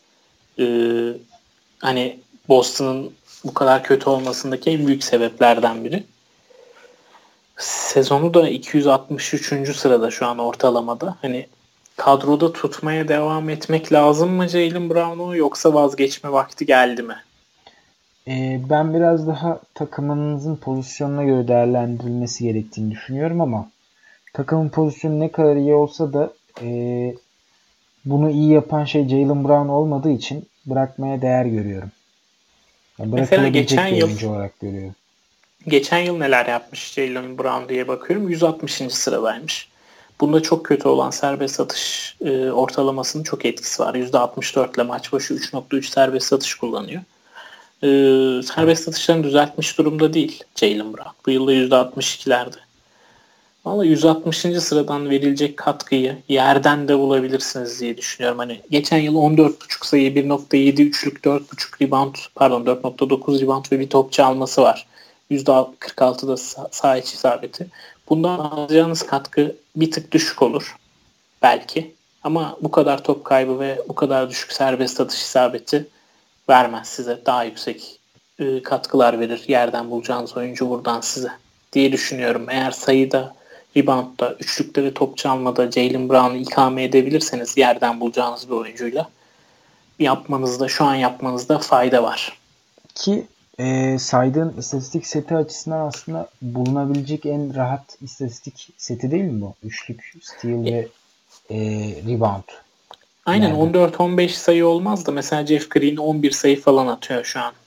Hani Boston'ın bu kadar kötü olmasındaki en büyük sebeplerden biri. Sezonu da 263. sırada şu an ortalamada. Hani kadroda tutmaya devam etmek lazım mı Jaylen Brown'u, yoksa vazgeçme vakti geldi mi? Ben biraz daha takımınızın pozisyonuna göre değerlendirilmesi gerektiğini düşünüyorum ama takımın pozisyonu ne kadar iyi olsa da bunu iyi yapan şey Jaylen Brown olmadığı için bırakmaya değer görüyorum. Yani Mesela bırakılabilecek bir oyuncu olarak görüyorum. geçen yıl neler yapmış Jaylen Brown diye bakıyorum. 160. sıradaymış. Bunda çok kötü olan serbest atış ortalamasının çok etkisi var. %64 ile maç başı 3.3 serbest satış kullanıyor. Serbest atışlarını düzeltmiş durumda değil Jaylen Brown. Bu yılda %62'lerde. Valla 160. sıradan verilecek katkıyı yerden de bulabilirsiniz diye düşünüyorum. Hani geçen yıl 14.5 sayı, 1.7 üçlük, 4.5 rebound, 4.9 rebound ve bir top çalması var. %46'da saha içi isabeti. Bundan alacağınız katkı bir tık düşük olur belki. Ama bu kadar top kaybı ve bu kadar düşük serbest atış isabeti vermez size. Daha yüksek katkılar verir yerden bulacağınız oyuncu buradan size diye düşünüyorum. Eğer sayıda, reboundda, üçlükte ve top çalmada Jaylen Brown'u ikame edebilirseniz yerden bulacağınız bir oyuncuyla şu an yapmanızda fayda var. Ki saydığın istatistik seti açısından aslında bulunabilecek en rahat istatistik seti değil mi bu? Üçlük, steal ve rebound. Aynen, 14-15 sayı olmaz da mesela Jeff Green 11 sayı falan atıyor şu an.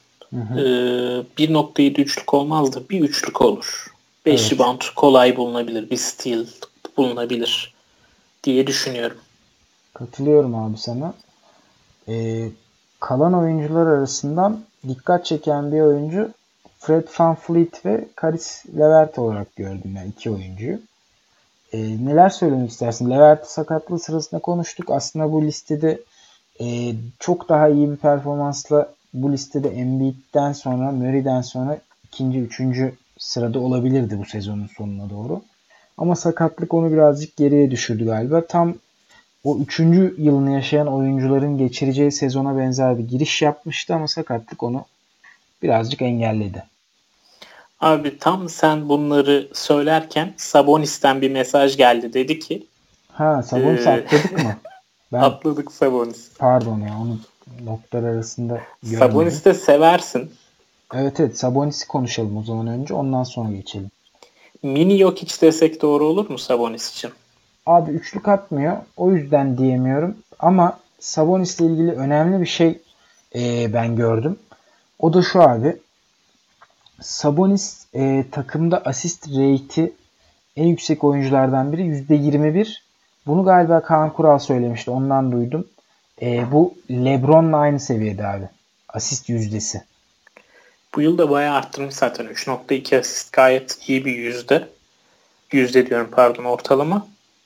1.7 üçlük olmaz da bir üçlük olur. 5 Evet. rebound kolay bulunabilir. Bir steal bulunabilir diye düşünüyorum. Katılıyorum abi sana. Kalan oyuncular arasından dikkat çeken bir oyuncu Fred VanVleet ve Caris LeVert olarak gördüm yani iki oyuncuyu. Neler söylemek istersin? Levert sakatlığı sırasında konuştuk. Aslında bu listede çok daha iyi bir performansla bu listede Embiid'den sonra, Murray'den sonra ikinci, üçüncü sırada olabilirdi bu sezonun sonuna doğru. Ama sakatlık onu birazcık geriye düşürdü galiba. Tam o üçüncü yılını yaşayan oyuncuların geçireceği sezona benzer bir giriş yapmıştı ama sakatlık onu birazcık engelledi. Abi tam sen bunları söylerken Sabonis'ten bir mesaj geldi. Dedi ki Sabonis'i atladık mı? Ben atladık Sabonis. pardon ya onu notlar arasında görmedim. Sabonis'i de seversin. Evet Sabonis'i konuşalım o zaman önce ondan sonra geçelim. Mini Jokic desek doğru olur mu Sabonis için? Abi üçlük atmıyor. O yüzden diyemiyorum. Ama Sabonis'le ilgili önemli bir şey ben gördüm. O da şu abi. Sabonis takımda asist rate'i en yüksek oyunculardan biri. %21. Bunu galiba Kaan Kural söylemişti. Ondan duydum. Bu LeBron'la aynı seviyede abi. Asist yüzdesi. Bu yıl da bayağı arttırmış zaten. 3.2 asist gayet iyi bir yüzde. Yüzde diyorum pardon, ortalama.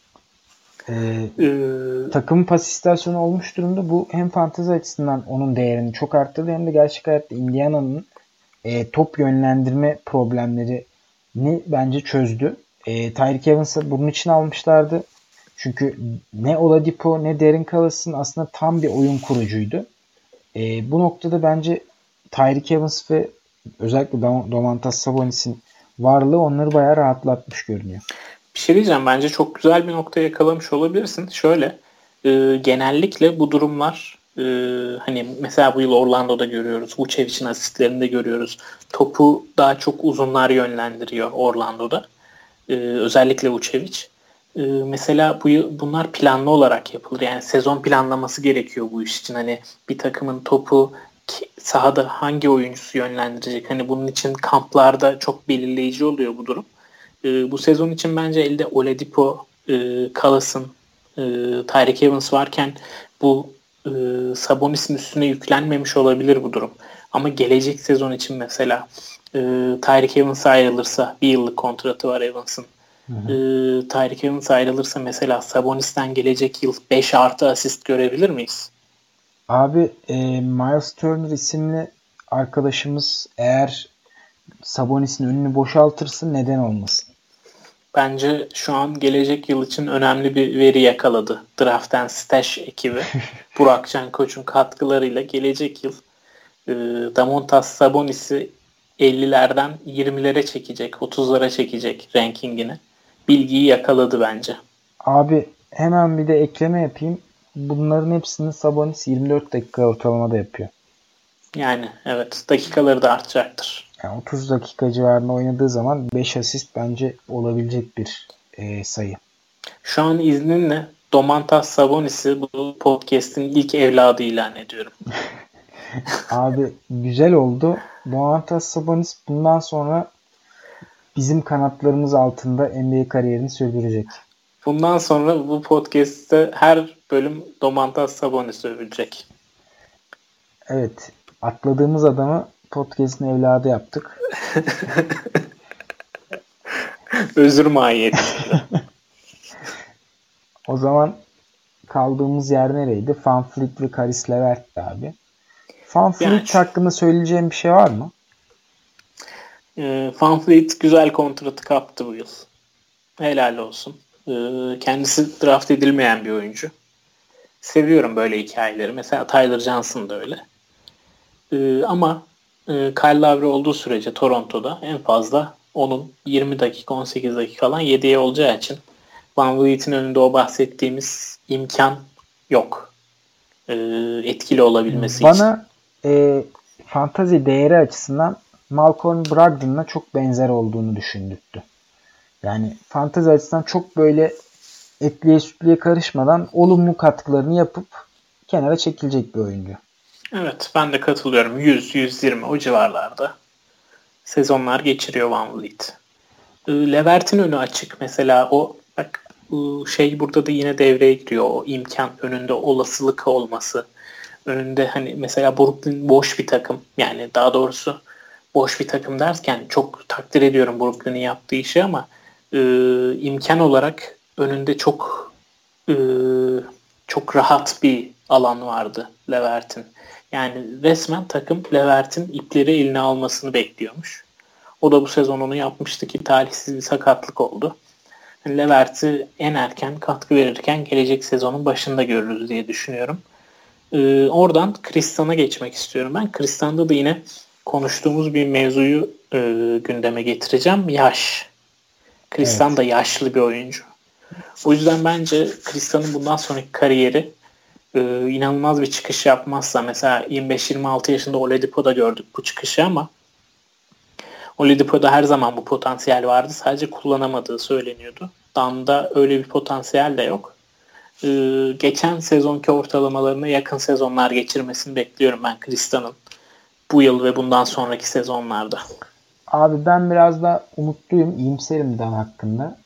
Takım pas istasyonu olmuş durumda. Bu hem fantezi açısından onun değerini çok arttırdı hem de gerçek hayatta Indiana'nın top yönlendirme problemlerini bence çözdü. Tyreek Evans'ı bunun için almışlardı. Çünkü ne Oladipo ne Darren Collins'ın aslında tam bir oyun kurucuydu. Bu noktada bence Tyreek Evans ve özellikle Domantas Sabonis'in varlığı onları bayağı rahatlatmış görünüyor. Bir şey diyeceğim. Bence çok güzel bir noktaya yakalamış olabilirsin. Şöyle, genellikle bu durumlar hani mesela bu yıl Orlando'da görüyoruz. Vucevic'in asistlerinde görüyoruz. Topu daha çok uzunlar yönlendiriyor Orlando'da. Özellikle Vucevic. Mesela bunlar planlı olarak yapılır. Yani sezon planlaması gerekiyor bu iş için. Hani bir takımın topu sahada hangi oyuncusu yönlendirecek? Hani bunun için kamplarda çok belirleyici oluyor bu durum. Bu sezon için bence elde Oladipo, Collins'ın, Tyreek Evans varken bu Sabonis'in üstüne yüklenmemiş olabilir bu durum. Ama gelecek sezon için mesela Tyreek Evans ayrılırsa, bir yıllık kontratı var Evans'ın. Tyreek Evans ayrılırsa mesela Sabonis'ten gelecek yıl 5 artı asist görebilir miyiz? Abi Miles Turner isimli arkadaşımız eğer Sabonis'in önünü boşaltırsa neden olmasın? Bence şu an gelecek yıl için önemli bir veri yakaladı. Draft and Stash ekibi. Burak Can Koç'un katkılarıyla gelecek yıl Domantas Sabonis'i 50'lerden 20'lere çekecek, 30'lara çekecek rankingini. Bilgiyi yakaladı bence. Abi Hemen bir de ekleme yapayım. Bunların hepsini Sabonis 24 dakika ortalamada yapıyor. Yani evet, dakikaları da artacaktır. Yani 30 dakika civarında oynadığı zaman 5 asist bence olabilecek bir sayı. Şu an izninle Domantas Sabonis'i bu podcast'in ilk evladı ilan ediyorum. Abi güzel oldu. Domantas Sabonis bundan sonra bizim kanatlarımız altında NBA kariyerini sürdürecek. Bundan sonra bu podcast'te her bölüm Domantas Sabonis övülecek. Evet. Atladığımız adamı podcast'in evladı yaptık. Özür mahiyetinde. O zaman kaldığımız yer nereydi? VanVleet ve Caris Levert'ti abi. Yani VanVleet hakkında söyleyeceğim bir şey var mı? VanVleet güzel kontratı kaptı bu yıl. Helal olsun. Kendisi draft edilmeyen bir oyuncu. Seviyorum böyle hikayeleri. Mesela Tyler Johnson da öyle. Ama Kyle Lowry olduğu sürece Toronto'da en fazla onun 20 dakika 18 dakika falan 7'ye olacağı için VanVleet'in önünde o bahsettiğimiz imkan yok. Etkili olabilmesi için. Bana fantazi değeri açısından Malcolm Brogdon'la çok benzer olduğunu düşündürttü. Yani fantazi açısından çok böyle etliye sütlüye karışmadan olumlu katkılarını yapıp kenara çekilecek bir oyuncu. Evet, ben de katılıyorum. 100-120 o civarlarda sezonlar geçiriyor VanVleet. Levert'in önü açık. Mesela o bak şey burada da yine devreye giriyor. O imkan önünde olasılık olması. Önünde hani mesela Brooklyn boş bir takım. Yani daha doğrusu boş bir takım derken çok takdir ediyorum Brooklyn'in yaptığı işi ama imkan olarak önünde e, çok rahat bir alan vardı Levert'in. Yani resmen takım Levert'in ipleri eline almasını bekliyormuş. O da bu sezon onu yapmıştı ki talihsiz bir sakatlık oldu. Levert'i en erken katkı verirken gelecek sezonun başında görürüz diye düşünüyorum. Oradan Kristan'a geçmek istiyorum ben. Kristan'da da yine konuştuğumuz bir mevzuyu gündeme getireceğim. Yaş. Kristan Evet. da yaşlı bir oyuncu. O yüzden bence Kristan'ın bundan sonraki kariyeri inanılmaz bir çıkış yapmazsa mesela 25-26 yaşında Oladipo'da gördük bu çıkışı ama Oladipo'da her zaman bu potansiyel vardı. Sadece kullanamadığı söyleniyordu. Dan'da öyle bir potansiyel de yok. Geçen sezonki ortalamalarına yakın sezonlar geçirmesini bekliyorum ben Kristan'ın. Bu yıl ve bundan sonraki sezonlarda. Abi ben biraz da umutluyum. İyimserim Dan hakkında.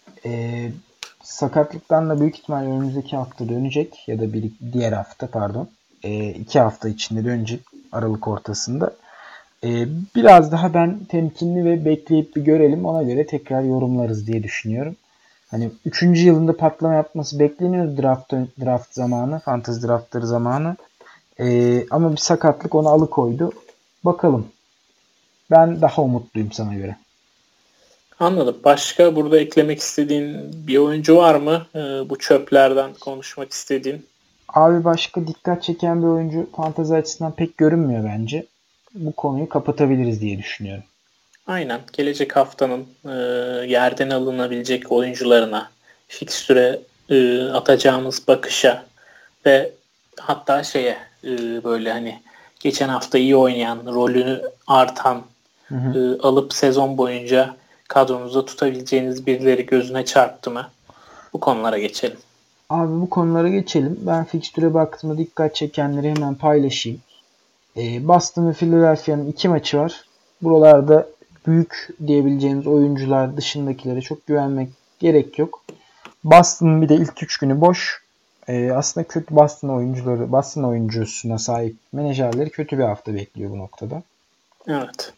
Sakatlıktan da büyük ihtimalle önümüzdeki hafta dönecek. Ya da bir diğer hafta pardon. 2 hafta içinde dönecek. Aralık ortasında. Biraz daha ben temkinli ve bekleyip bir görelim. Ona göre tekrar yorumlarız diye düşünüyorum. Hani 3. yılında patlama yapması bekleniyor draft zamanı. Fantasy draftları zamanı. Ama bir sakatlık onu alıkoydu. Bakalım. Ben daha umutluyum sana göre. Anladım. Başka burada eklemek istediğin bir oyuncu var mı? Bu çöplerden konuşmak istediğin. Abi başka dikkat çeken bir oyuncu fantezi açısından pek görünmüyor bence. Bu konuyu kapatabiliriz diye düşünüyorum. Aynen. Gelecek haftanın yerden alınabilecek oyuncularına, fikstüre atacağımız bakışa ve hatta böyle hani geçen hafta iyi oynayan, rolünü artan, Hı hı. alıp sezon boyunca kadronuzda tutabileceğiniz birileri gözüne çarptı mı? Bu konulara geçelim. Abi bu konulara geçelim. Ben fikstüre baktığımda dikkat çekenleri hemen paylaşayım. Boston ve Philadelphia'nın 2 maçı var. Buralarda büyük diyebileceğimiz oyuncular dışındakilere çok güvenmek gerek yok. Boston'ın bir de ilk 3 günü boş. Aslında kötü Boston oyuncusuna sahip menajerleri kötü bir hafta bekliyor bu noktada. Evet.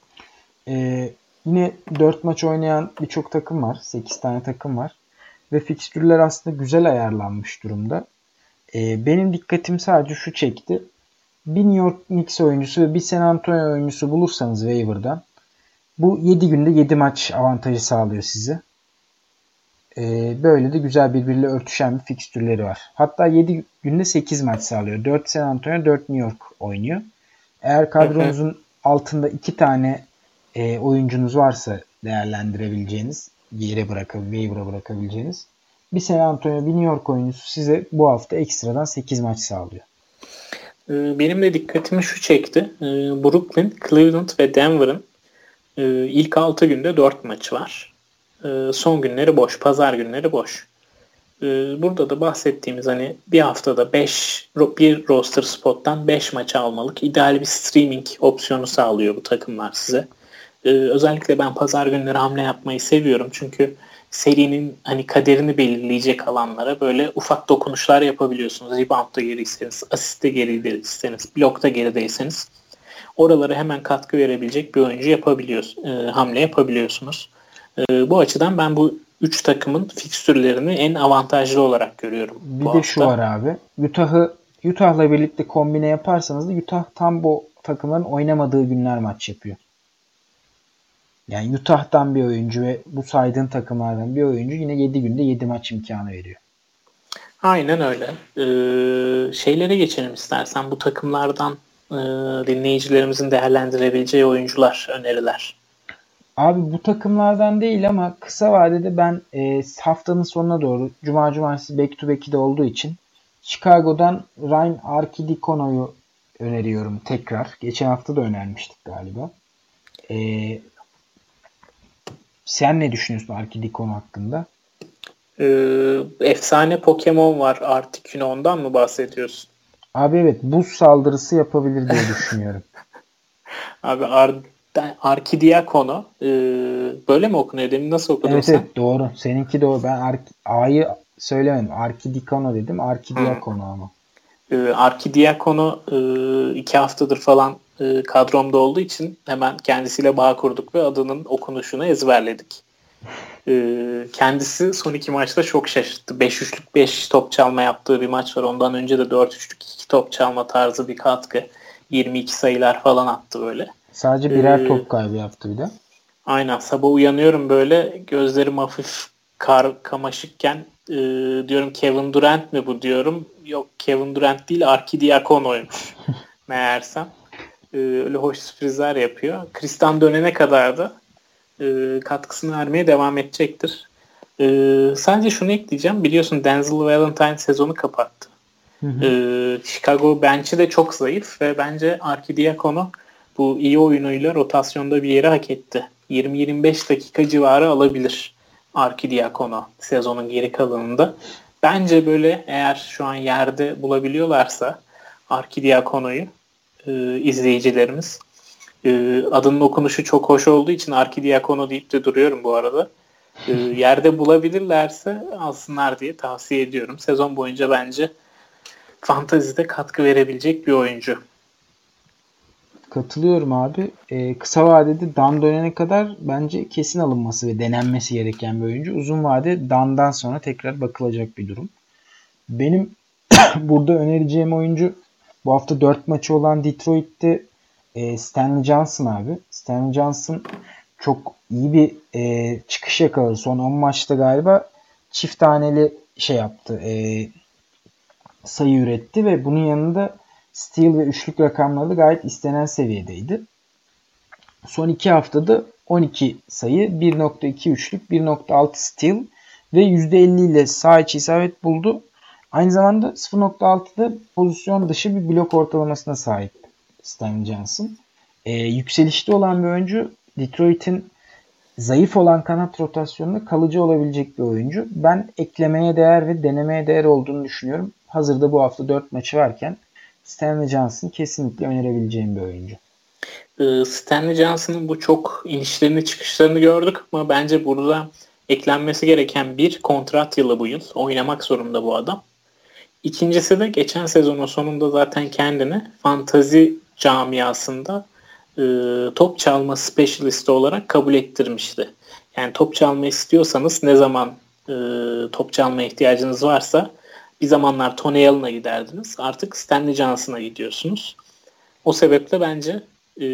Yine 4 maç oynayan birçok takım var. 8 tane takım var. Ve fikstürler aslında güzel ayarlanmış durumda. Benim dikkatim sadece şu çekti. Bir New York Knicks oyuncusu ve bir San Antonio oyuncusu bulursanız waiver'dan bu 7 günde 7 maç avantajı sağlıyor size. Böyle de güzel birbiriyle örtüşen bir fikstürleri var. Hatta 7 günde 8 maç sağlıyor. 4 San Antonio, 4 New York oynuyor. Eğer Hı hı. kadronuzun altında 2 tane oyuncunuz varsa değerlendirebileceğiniz, waiver'a bırakabileceğiniz bir San Antonio, bir New York oyuncusu size bu hafta ekstradan 8 maç sağlıyor. Benim de dikkatimi şu çekti. Brooklyn, Cleveland ve Denver'ın ilk 6 günde 4 maçı var. Son günleri boş. Pazar günleri boş. Burada da bahsettiğimiz hani bir haftada bir roster spottan 5 maç almalık ideal bir streaming opsiyonu sağlıyor bu takımlar size. Özellikle ben pazar günleri hamle yapmayı seviyorum. Çünkü serinin hani kaderini belirleyecek alanlara böyle ufak dokunuşlar yapabiliyorsunuz. Rebound'da geriyseniz, asiste geriyseniz, blokta gerideyseniz oralara hemen katkı verebilecek bir oyuncu hamle yapabiliyorsunuz. Bu açıdan ben bu 3 takımın fikstürlerini en avantajlı olarak görüyorum Bir bu de hafta. şu var abi. Utah'la birlikte kombine yaparsanız da Utah tam bu takımların oynamadığı günler maç yapıyor. Yani Utah'tan bir oyuncu ve bu saydığın takımlardan bir oyuncu yine 7 günde 7 maç imkanı veriyor. Aynen öyle. Şeylere geçelim istersen. Bu takımlardan dinleyicilerimizin değerlendirebileceği oyuncular, öneriler. Abi bu takımlardan değil ama kısa vadede ben haftanın sonuna doğru Cuma Cumartesi back to back'i de olduğu için Chicago'dan Ryan Arcidiacono'yu öneriyorum tekrar. Geçen hafta da önermiştik galiba. Sen ne düşünüyorsun Arcidiacono hakkında? Efsane Pokemon var. Articuno'dan mı bahsediyorsun? Abi evet, buz saldırısı yapabilir diye düşünüyorum. Abi Arkidiakono böyle mi okunuyor? Demin nasıl okudun Evet sen? evet, doğru. Seninki doğru. Ben A'yı söylemedim. Arcidiacono dedim. Arcidiacono ama. Arkidiakono 2 haftadır falan kadromda olduğu için hemen kendisiyle bağ kurduk ve adının okunuşunu ezberledik. Kendisi son 2 maçta çok şaşırttı. 5-3'lük 5 top çalma yaptığı bir maç var. Ondan önce de 4-3'lük 2 top çalma tarzı bir katkı. 22 sayılar falan attı böyle. Sadece birer top kaybı yaptı bir de. Aynen. Sabah uyanıyorum böyle gözlerim hafif kamaşıkken diyorum Kevin Durant mi bu diyorum. Yok, Kevin Durant değil, Arcidiacono'ymuş meğersem. Öyle hoş sürprizler yapıyor. Kristan dönene kadar da katkısını vermeye devam edecektir. Sadece şunu ekleyeceğim. Biliyorsun Denzel Valentine sezonu kapattı. Chicago bench'i de çok zayıf ve bence Arcidiacono bu iyi oyunuyla rotasyonda bir yeri hak etti. 20-25 dakika civarı alabilir Arcidiacono sezonun geri kalanında. Bence böyle eğer şu an yerde bulabiliyorlarsa Arcidiacono'yu izleyicilerimiz, adının okunuşu çok hoş olduğu için Arcidiacono deyip de duruyorum bu arada. Yerde bulabilirlerse alsınlar diye tavsiye ediyorum. Sezon boyunca bence fantezide katkı verebilecek bir oyuncu. Katılıyorum abi. Kısa vadede Dan dönene kadar bence kesin alınması ve denenmesi gereken bir oyuncu. Uzun vade Dan'dan sonra tekrar bakılacak bir durum. Benim burada önereceğim oyuncu bu hafta 4 maçı olan Detroit'te Stanley Johnson abi. Stanley Johnson çok iyi bir çıkış yakaladı. Son 10 maçta galiba çift taneli yaptı. Sayı üretti ve bunun yanında steal ve üçlük rakamları da gayet istenen seviyedeydi. Son 2 haftada 12 sayı, 1.2 üçlük, 1.6 steal ve %50 ile sağ içi isabet buldu. Aynı zamanda 0.6'da pozisyon dışı bir blok ortalamasına sahip Stanley Johnson. Yükselişte olan bir oyuncu. Detroit'in zayıf olan kanat rotasyonunda kalıcı olabilecek bir oyuncu. Ben eklemeye değer ve denemeye değer olduğunu düşünüyorum. Hazırda bu hafta 4 maçı varken Stanley Johnson kesinlikle önerebileceğim bir oyuncu. Stanley Johnson'ın bu çok inişlerini çıkışlarını gördük ama bence burada eklenmesi gereken bir kontrat yılı bu yıl. Oynamak zorunda bu adam. İkincisi de geçen sezonun sonunda zaten kendini fantazi camiasında top çalma specialisti olarak kabul ettirmişti. Yani top çalma istiyorsanız ne zaman top çalma ihtiyacınız varsa bir zamanlar Tony Allen'a giderdiniz. Artık Stanley Johnson'a gidiyorsunuz. O sebeple bence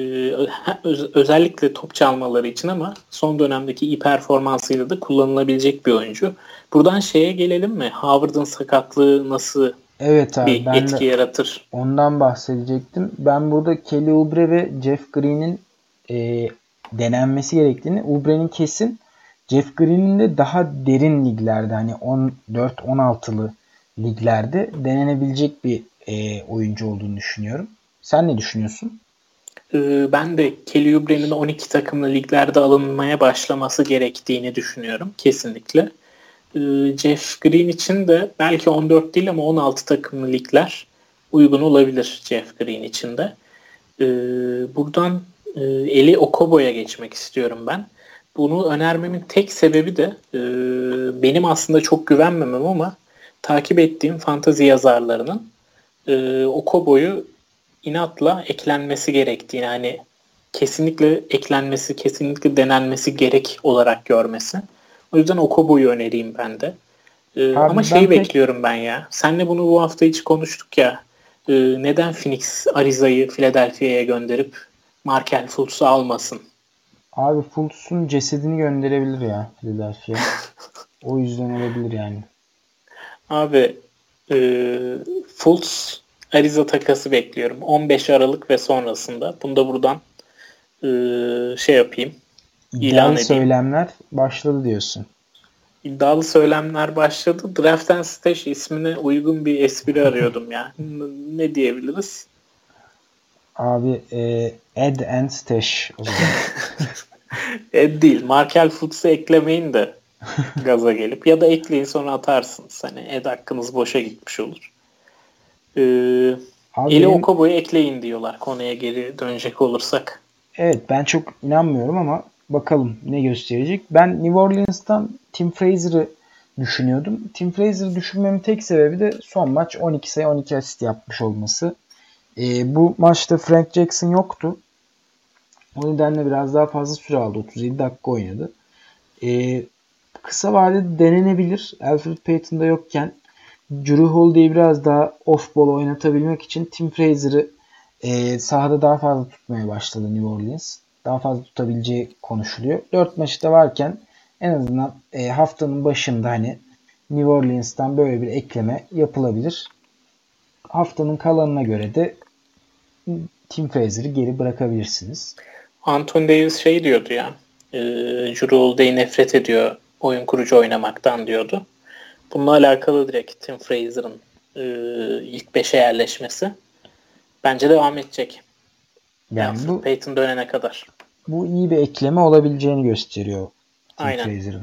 özellikle top çalmaları için ama son dönemdeki iyi performansıyla da kullanılabilecek bir oyuncu. Buradan şeye gelelim mi? Howard'ın sakatlığı nasıl Evet abi, bir ben etki de yaratır? ondan bahsedecektim. Ben burada Kelly Oubre ve Jeff Green'in denenmesi gerektiğini, Oubre'nin kesin Jeff Green'in de daha derin liglerde hani 14-16'lı liglerde denenebilecek bir oyuncu olduğunu düşünüyorum. Sen ne düşünüyorsun? Ben de Kelly Oubre'nin 12 takımlı liglerde alınmaya başlaması gerektiğini düşünüyorum. Kesinlikle. Jeff Green için de belki 14 değil ama 16 takımlı ligler uygun olabilir Jeff Green için de. Buradan Eli Okobo'ya geçmek istiyorum ben. Bunu önermemin tek sebebi de benim aslında çok güvenmemem ama takip ettiğim fantazi yazarlarının Okobo'yu inatla eklenmesi gerektiğini, hani kesinlikle eklenmesi, kesinlikle denenmesi gerek olarak görmesi. O yüzden Okobo'yu önereyim ben de. Ama Abi ben şeyi pek bekliyorum ben ya. Senle bunu bu hafta hiç konuştuk ya. Neden Phoenix Ariza'yı Philadelphia'ya gönderip Markel Fultz'u almasın? abi Fultz'un cesedini gönderebilir ya Philadelphia. O yüzden olabilir yani. Abi e, Fultz Ariza takası bekliyorum. 15 Aralık ve sonrasında. Bunu da buradan şey yapayım. İlan İddialı edeyim. söylemler başladı diyorsun. İddialı söylemler başladı. Draft and Stash ismine uygun bir espri arıyordum ya. Ne diyebiliriz? Abi Ed and Stash o zaman. Ed değil. Markel Fultz'u eklemeyin de gaza gelip. Ya da ekleyin sonra atarsınız. Hani Ed hakkınız boşa gitmiş olur. Abi Eli benim Okobo'yu ekleyin diyorlar konuya geri dönecek olursak. evet ben çok inanmıyorum ama bakalım ne gösterecek. Ben New Orleans'tan Tim Frazier'ı düşünüyordum. Tim Frazier'ı düşünmemin tek sebebi de son maç 12 sayı 12 asist yapmış olması. Bu maçta Frank Jackson yoktu. O nedenle biraz daha fazla süre aldı. 37 dakika oynadı. Kısa vadede denenebilir. Alfred Payton'da yokken Drew Holiday'i biraz daha off-ball oynatabilmek için Tim Frazier'ı sahada daha fazla tutmaya başladı New Orleans. Daha fazla tutabileceği konuşuluyor. 4 maçı da varken en azından haftanın başında hani New Orleans'tan böyle bir ekleme yapılabilir. Haftanın kalanına göre de Tim Frazier'ı geri bırakabilirsiniz. Anthony Davis şey diyordu ya. Drew Holiday nefret ediyor oyun kurucu oynamaktan diyordu. Bununla alakalı direkt Tim Frazier'ın ilk 5'e yerleşmesi. Bence devam edecek. Yani Alfred Payton dönene kadar. bu iyi bir ekleme olabileceğini gösteriyor Tim Aynen. Frazier'ın.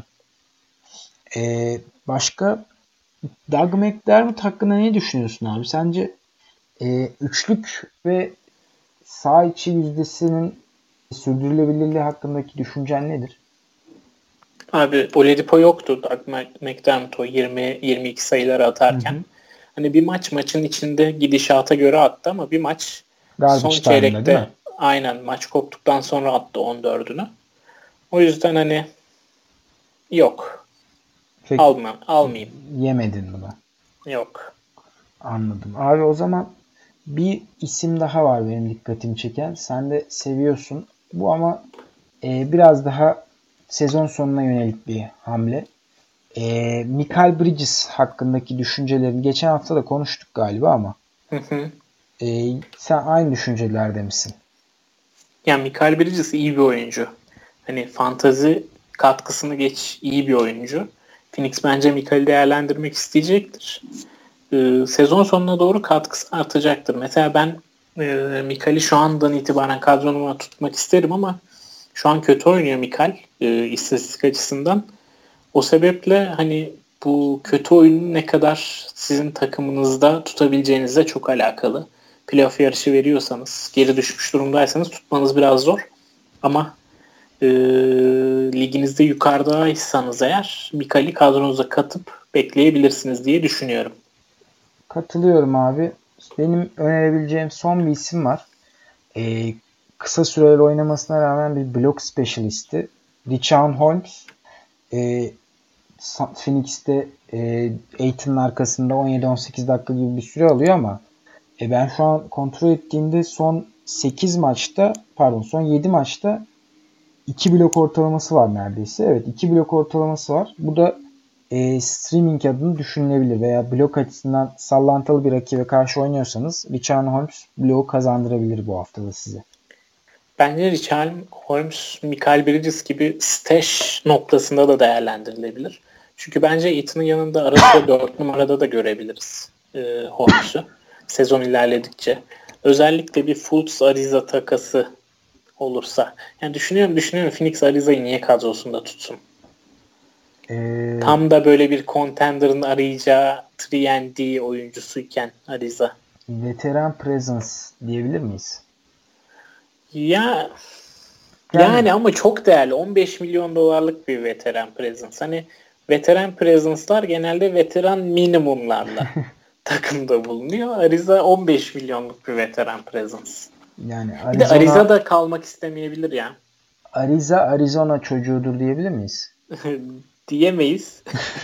Başka Doug McDermott hakkında ne düşünüyorsun abi? Sence üçlük ve sağ içi yüzdesinin sürdürülebilirliği hakkındaki düşüncen nedir? Abi Oladipo yoktu. Doug McDermott o 20-22 sayıları Hı atarken. hı. Hani bir maçın içinde gidişata göre attı ama bir maç son Garbage time'da değil mi? çeyrekte aynen maç koptuktan sonra attı 14'ünü. O yüzden hani yok. Pek Almayayım. yemedin bunu. Yok. Anladım. Abi o zaman bir isim daha var benim dikkatimi çeken. Sen de seviyorsun. Bu ama biraz daha sezon sonuna yönelik bir hamle. Mikal Bridges hakkındaki düşüncelerini geçen hafta da konuştuk galiba ama Hı hı. sen aynı düşüncelerde misin? Yani Mikal Bridges iyi bir oyuncu. Hani fantazi katkısını geç iyi bir oyuncu. Phoenix bence Mikal'i değerlendirmek isteyecektir. Sezon sonuna doğru katkısı artacaktır. Mesela ben Mikal'i şu andan itibaren kadronuma tutmak isterim ama şu an kötü oynuyor Mikal istatistik açısından. O sebeple hani bu kötü oyunu ne kadar sizin takımınızda tutabileceğinizle çok alakalı. Playoff yarışı veriyorsanız, geri düşmüş durumdaysanız tutmanız biraz zor. Ama liginizde yukarıdaysanız eğer Mikal'i kadronuza katıp bekleyebilirsiniz diye düşünüyorum. Katılıyorum abi. Benim önerebileceğim son bir isim var. Kısa süreli oynamasına rağmen bir blok specialisti. Richaun Holmes. Phoenix'te Aiton'un arkasında 17-18 dakika gibi bir süre alıyor ama ben şu an kontrol ettiğimde son 8 maçta son 7 maçta 2 blok ortalaması var neredeyse. Evet 2 blok ortalaması var. Bu da streaming adını düşünülebilir veya blok açısından sallantılı bir rakibe karşı oynuyorsanız Richaun Holmes bloğu kazandırabilir bu haftada size. Bence Richarl Holmes, Michael Bridges gibi stash noktasında da değerlendirilebilir. Çünkü bence Aiton'un yanında ara sıra 4 numarada da görebiliriz Holmes'u sezon ilerledikçe. Özellikle bir Fultz Ariza takası olursa. Yani düşünüyorum Phoenix Ariza'yı niye kadrosunda tutsun? Tam da böyle bir contender'ın arayacağı 3&D oyuncusuyken Ariza. Veteran presence diyebilir miyiz? Yani ama çok değerli. 15 milyon dolarlık bir veteran presence. Hani veteran presence'lar genelde veteran minimumlarla takımda bulunuyor. Ariza 15 milyonluk bir veteran presence. Yani Bir de Ariza da kalmak istemeyebilir ya. Ariza Arizona çocuğudur diyebilir miyiz? Diyemeyiz.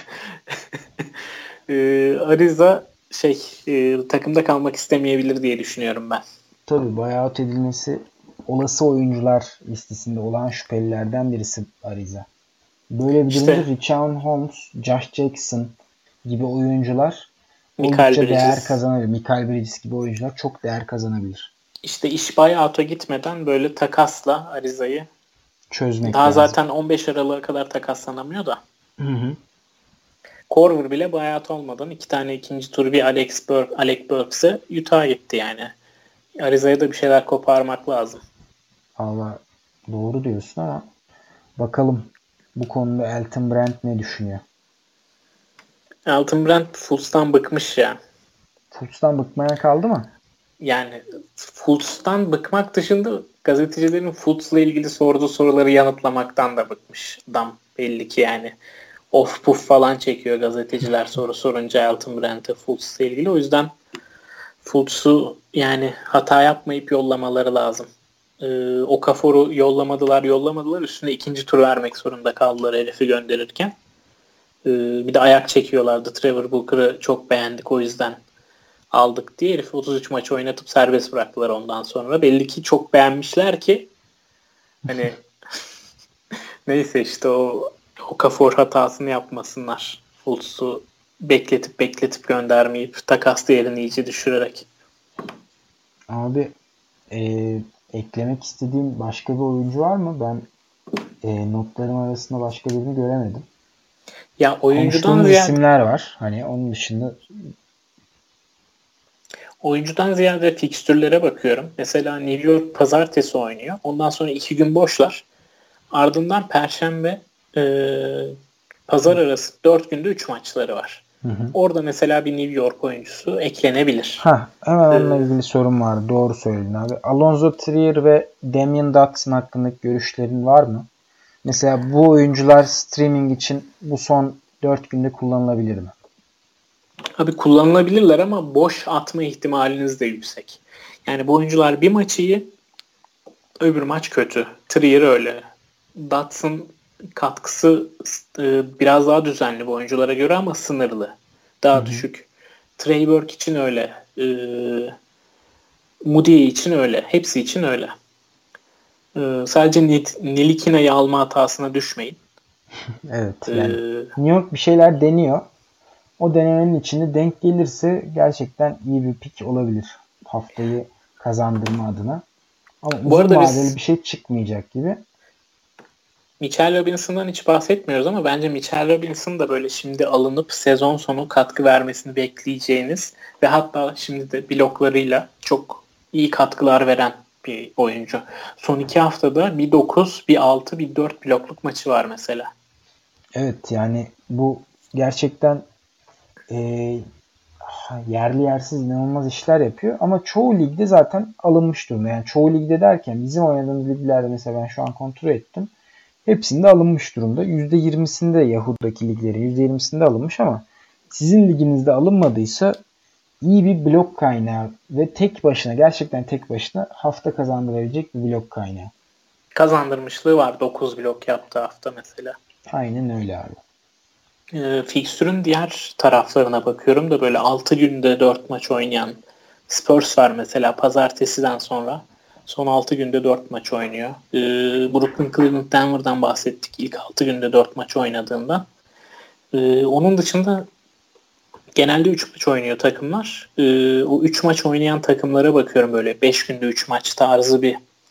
Ariza takımda kalmak istemeyebilir diye düşünüyorum ben. Tabii buyout edilmesi olası oyuncular listesinde olan şüphelilerden birisi Ariza. Böyle bir durumda Richard Holmes, Josh Jackson gibi oyuncular oldukça değer kazanabilir. Michael Bridges gibi oyuncular çok değer kazanabilir. İşte iş buyout'a gitmeden böyle takasla Ariza'yı çözmek daha lazım. Zaten 15 Aralık'a kadar takaslanamıyor da. Hı. Korver bile buyout olmadan 2 tane ikinci tur bir Alec Burks'e Utah'a gitti yani. Ariza'ya da bir şeyler koparmak lazım. Allah doğru diyorsun ama bakalım bu konuda Elton Brand ne düşünüyor? Elton Brand Fultz'tan bıkmış ya. Fultz'tan bıkmaya kaldı mı? Yani Fultz'tan bıkmak dışında gazetecilerin Fultz'la ilgili sorduğu soruları yanıtlamaktan da bıkmış adam belli ki yani. Of puf falan çekiyor gazeteciler soru sorunca Elton Brand'e Fultz'la ilgili. O yüzden Fultz'u yani hata yapmayıp yollamaları lazım. Okafor'u yollamadılar. Üstüne ikinci tur vermek zorunda kaldılar herifi gönderirken. Bir de ayak çekiyorlardı. Trevor Booker'ı çok beğendik o yüzden aldık diye herif 33 maç oynatıp serbest bıraktılar ondan sonra. Belli ki çok beğenmişler ki hani neyse işte o Okafor hatasını yapmasınlar. Fultz'u bekletip göndermeyip takas değerini iyice düşürerek. Abi eklemek istediğin başka bir oyuncu var mı? Ben notlarım arasında başka birini göremedim. Ya oyuncudan ziyade isimler var. Hani onun dışında oyuncudan ziyade fikstürlere bakıyorum. Mesela New York pazartesi oynuyor. Ondan sonra 2 gün boşlar. Ardından perşembe pazar arası 4 günde 3 maçları var. Hı. Orada mesela bir New York oyuncusu eklenebilir. Hemen onunla ilgili sorum var. Doğru söyledin abi. Alonzo Trier ve Damian Dotson hakkındaki görüşlerin var mı? Mesela bu oyuncular streaming için bu son 4 günde kullanılabilir mi? Abi kullanılabilirler ama boş atma ihtimaliniz de yüksek. Yani bu oyuncular bir maç iyi, öbür maç kötü. Trier öyle. Dotson katkısı biraz daha düzenli bu oyunculara göre ama sınırlı. Daha düşük. Trey Burke için öyle. Moody için öyle. Hepsi için öyle. Sadece Nilikina'yı alma hatasına düşmeyin. Evet. Yani New York bir şeyler deniyor. O denemenin içinde denk gelirse gerçekten iyi bir pick olabilir. Haftayı kazandırma adına. Ama uzun vadeli bir şey çıkmayacak gibi. Mitchell Robinson'dan hiç bahsetmiyoruz ama bence Mitchell Robinson da böyle şimdi alınıp sezon sonu katkı vermesini bekleyeceğiniz ve hatta şimdi de bloklarıyla çok iyi katkılar veren bir oyuncu. Son 2 haftada bir 9, bir 6, bir 4 blokluk maçı var mesela. Evet yani bu gerçekten yerli yersiz inanılmaz işler yapıyor. Ama çoğu ligde zaten alınmış durumda. Yani çoğu ligde derken bizim oynadığımız liglerde mesela ben şu an kontrol ettim. Hepsinde alınmış durumda. %20'sinde Yahoo'daki liglerin %20'sinde alınmış ama sizin liginizde alınmadıysa iyi bir blok kaynağı ve gerçekten tek başına hafta kazandırabilecek bir blok kaynağı. Kazandırmışlığı var. 9 blok yaptığı hafta mesela. Aynen öyle abi. Fikstürün diğer taraflarına bakıyorum da böyle 6 günde 4 maç oynayan Spurs var mesela pazartesiden sonra. Son 6 günde 4 maç oynuyor. Brooklyn, Cleveland, Denver'dan bahsettik ilk 6 günde 4 maç oynadığından. Onun dışında genelde 3 maç oynuyor takımlar. O 3 maç oynayan takımlara bakıyorum böyle 5 günde 3 maç tarzı bir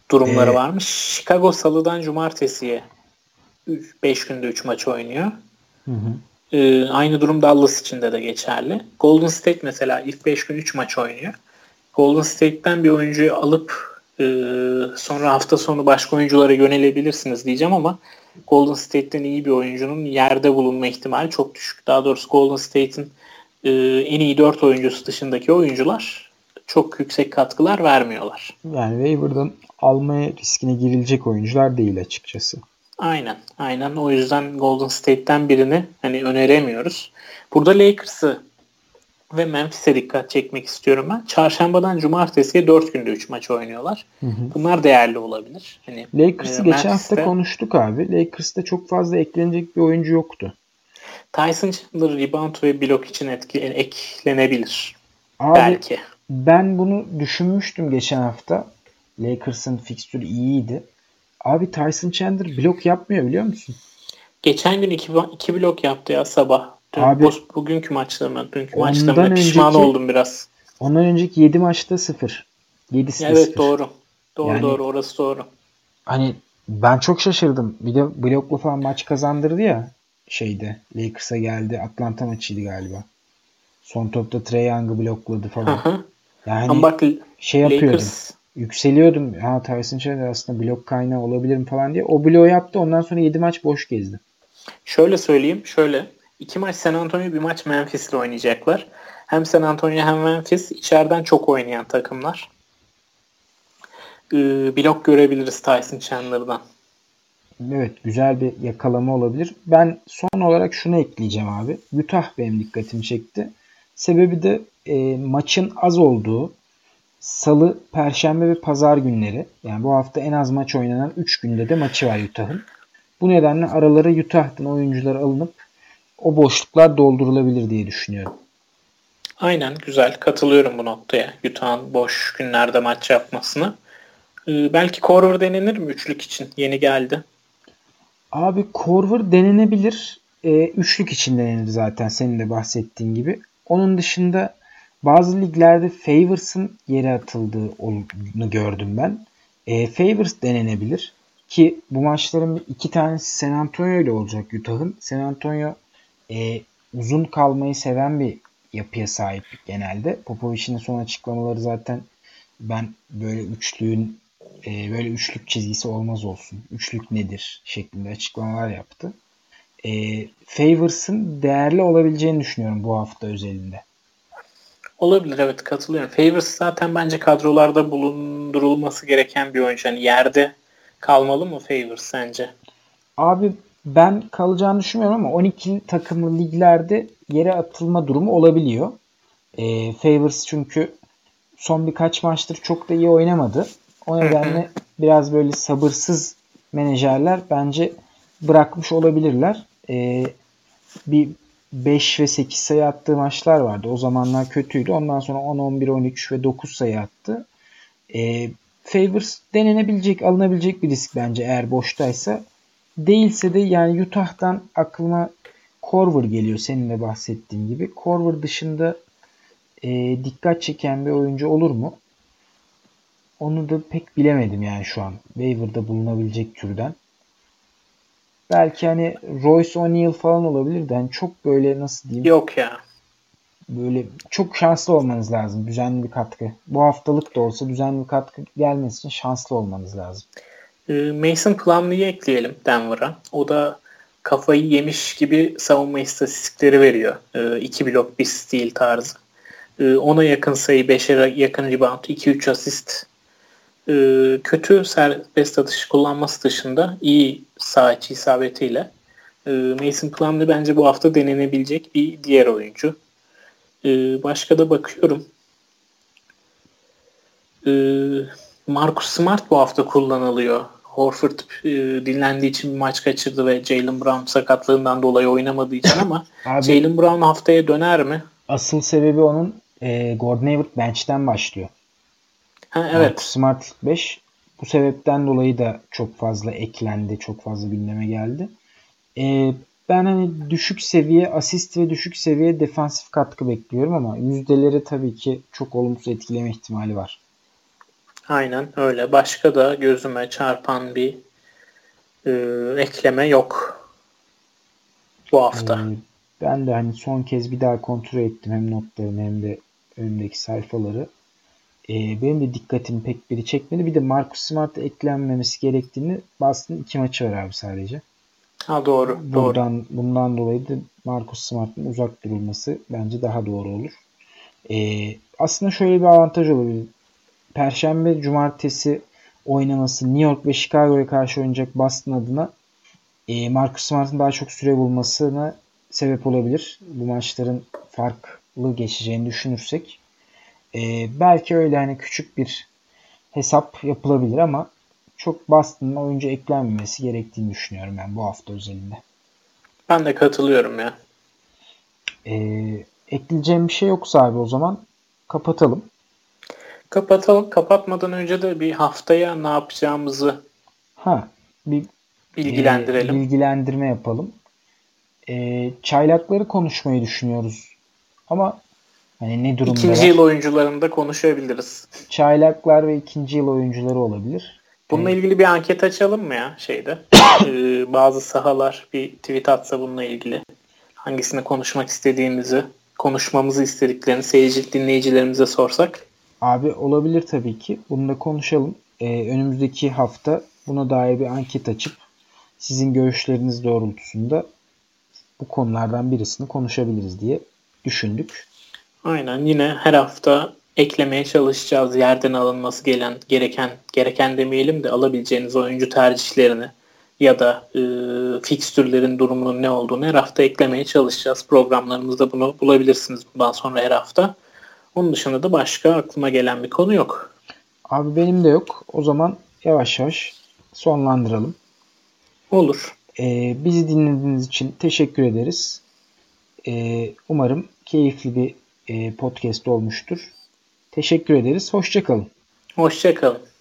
durumları Ee, varmış. Chicago salıdan cumartesiye 5 günde 3 maç oynuyor. hı hı. Aynı durum Dallas için de geçerli. Golden State mesela ilk 5 gün 3 maç oynuyor. Golden State'ten bir oyuncuyu alıp sonra hafta sonu başka oyunculara yönelebilirsiniz diyeceğim ama Golden State'ten iyi bir oyuncunun yerde bulunma ihtimali çok düşük. Daha doğrusu Golden State'in en iyi 4 oyuncusu dışındaki oyuncular çok yüksek katkılar vermiyorlar. Yani waiver'dan almaya riskine girilecek oyuncular değil açıkçası. Aynen. Aynen. O yüzden Golden State'ten birini hani öneremiyoruz. Burada Lakers'ı ve Memphis'e dikkat çekmek istiyorum ben. Çarşambadan cumartesiye 4 günde 3 maç oynuyorlar. Hı hı. Bunlar değerli olabilir. Hani Lakers'ı geçen hafta Memphis'te konuştuk abi. Lakers'ta çok fazla eklenecek bir oyuncu yoktu. Tyson Chandler rebound ve blok için eklenebilir. Abi Belki. ben bunu düşünmüştüm geçen hafta. Lakers'ın fikstürü iyiydi. Abi Tyson Chandler blok yapmıyor biliyor musun? Geçen gün iki blok yaptı ya sabah. Abi Bugünkü maçta mı? Dünkü maçta ondan mı? Pişman önceki oldum biraz. ondan önceki 7 maçta 0. 7'si de Evet 0. doğru. Doğru Yani doğru orası doğru. hani ben çok şaşırdım. Bir de blokla falan maç kazandırdı ya şeyde. Lakers'a geldi. Atlanta maçıydı galiba. Son topta Trae Young'ı blokladı Hı falan. hı. Ama Yani bak şey yapıyordum. Lakers Yükseliyordum. Ha Tyson Chandler aslında blok kaynağı olabilir mi falan diye. O bloğu yaptı. Ondan sonra 7 maç boş gezdi. şöyle söyleyeyim. Şöyle. 2 maç San Antonio, bir maç Memphis'le oynayacaklar. Hem San Antonio hem Memphis içeriden çok oynayan takımlar. Blok görebiliriz Tyson Chandler'dan. Evet, güzel bir yakalama olabilir. Ben son olarak şunu ekleyeceğim abi. Utah benim dikkatimi çekti. Sebebi de maçın az olduğu Salı, Perşembe ve Pazar günleri. Yani bu hafta en az maç oynanan 3 günde de maçı var Utah'ın. Bu nedenle aralara Utah'tan oyuncular alınıp o boşluklar doldurulabilir diye düşünüyorum. Aynen güzel. Katılıyorum bu noktaya. Utah'ın boş günlerde maç yapmasına. Belki Korver denenir mi üçlük için? Yeni geldi. Abi Korver denenebilir. Üçlük için denenir zaten senin de bahsettiğin gibi. Onun dışında bazı liglerde Favors'ın yere atıldığını gördüm ben. Favors denenebilir. Ki bu maçların iki tanesi San Antonio ile olacak Utah'ın. San Antonio uzun kalmayı seven bir yapıya sahip genelde. Popovic'in son açıklamaları zaten ben böyle üçlük çizgisi olmaz olsun. Üçlük nedir şeklinde açıklamalar yaptı. Favors'ın değerli olabileceğini düşünüyorum bu hafta özelinde. Olabilir, evet, katılıyorum. Favors zaten bence kadrolarda bulundurulması gereken bir oyuncu. Yani yerde kalmalı mı Favors sence? Abi ben kalacağını düşünmüyorum ama 12 takımlı liglerde yere atılma durumu olabiliyor. Favors çünkü son birkaç maçtır çok da iyi oynamadı. O Hı hı. nedenle biraz böyle sabırsız menajerler bence bırakmış olabilirler. Bir 5 ve 8 sayı attığı maçlar vardı. O zamanlar kötüydü. Ondan sonra 10, 11, 13 ve 9 sayı attı. Favors denenebilecek, alınabilecek bir risk bence eğer boştaysa. Değilse de yani Utah'tan aklıma Korver geliyor senin de bahsettiğin gibi. Korver dışında dikkat çeken bir oyuncu olur mu? Onu da pek bilemedim yani şu an. Waiver'da bulunabilecek türden. Belki hani Royce O'Neal falan olabilir de hani çok böyle nasıl diyeyim Yok ya. böyle çok şanslı olmanız lazım. Düzenli bir katkı. Bu haftalık da olsa düzenli bir katkı gelmesi için şanslı olmanız lazım. Mason Plumlee'yi ekleyelim Denver'a. O da kafayı yemiş gibi savunma istatistikleri veriyor. 2 blok bir steal tarzı. Ona yakın sayı, 5'e yakın rebound, 2-3 asist. Kötü serbest atış kullanması dışında iyi saha içi isabetiyle Mason Plumlee bence bu hafta denenebilecek bir diğer oyuncu. Başka da bakıyorum. Marcus Smart bu hafta kullanılıyor. Horford dinlendiği için bir maç kaçırdı ve Jaylen Brown sakatlığından dolayı oynamadığı için ama Abi Jaylen Brown haftaya döner mi? asıl sebebi onun Gordon Hayward bench'ten başlıyor. Ha, Marcus evet. Smart ilk 5. Bu sebepten dolayı da çok fazla eklendi. Çok fazla gündeme geldi. E, Ben hani düşük seviye asist ve düşük seviye defansif katkı bekliyorum ama yüzdeleri tabii ki çok olumsuz etkileme ihtimali var. Aynen öyle. Başka da gözüme çarpan bir ekleme yok bu hafta. Ben de hani son kez bir daha kontrol ettim hem notlarımı hem de önümdeki sayfaları. Benim de dikkatimi pek biri çekmedi. Bir de Marcus Smart eklenmemesi gerektiğini Boston'ın 2 maçı var abi sadece. Ha, doğru. Bundan dolayı da Marcus Smart'ın uzak durulması bence daha doğru olur. Aslında şöyle bir avantaj olabilir. Perşembe, cumartesi oynaması New York ve Chicago'ya karşı oynayacak Boston adına Marcus Smart'ın daha çok süre bulmasına sebep olabilir. Bu maçların farklı geçeceğini düşünürsek. Belki öyle hani küçük bir hesap yapılabilir ama çok Boston'ın oyuncu eklenmemesi gerektiğini düşünüyorum ben bu hafta özelinde. Ben de katılıyorum ya. Ekleyeceğim bir şey yoksa abi o zaman kapatalım. Kapatalım. Kapatmadan önce de bir haftaya ne yapacağımızı Bir bilgilendirelim. bilgilendirme yapalım. Çaylakları konuşmayı düşünüyoruz. Ama hani ne durumdalar? İkinci yıl oyuncularını da konuşabiliriz. Çaylaklar ve ikinci yıl oyuncuları olabilir. Bununla ilgili bir anket açalım mı ya şeyde? Bazı sahalar bir tweet atsa bununla ilgili. Hangisini konuşmak istediğimizi, konuşmamızı istediklerini seyirci dinleyicilerimize sorsak. Abi olabilir tabii ki. Bunu da konuşalım. Önümüzdeki hafta buna dair bir anket açıp sizin görüşleriniz doğrultusunda bu konulardan birisini konuşabiliriz diye düşündük. Aynen, yine her hafta eklemeye çalışacağız yerden alınması gereken demeyelim de alabileceğiniz oyuncu tercihlerini ya da fikstürlerin durumunun ne olduğunu her hafta eklemeye çalışacağız. Programlarımızda bunu bulabilirsiniz bundan sonra her hafta. Onun dışında da başka aklıma gelen bir konu yok. Abi benim de yok. O zaman yavaş yavaş sonlandıralım. Olur. Bizi dinlediğiniz için teşekkür ederiz. Umarım keyifli bir podcast olmuştur. Teşekkür ederiz. Hoşça kalın. Hoşça kalın.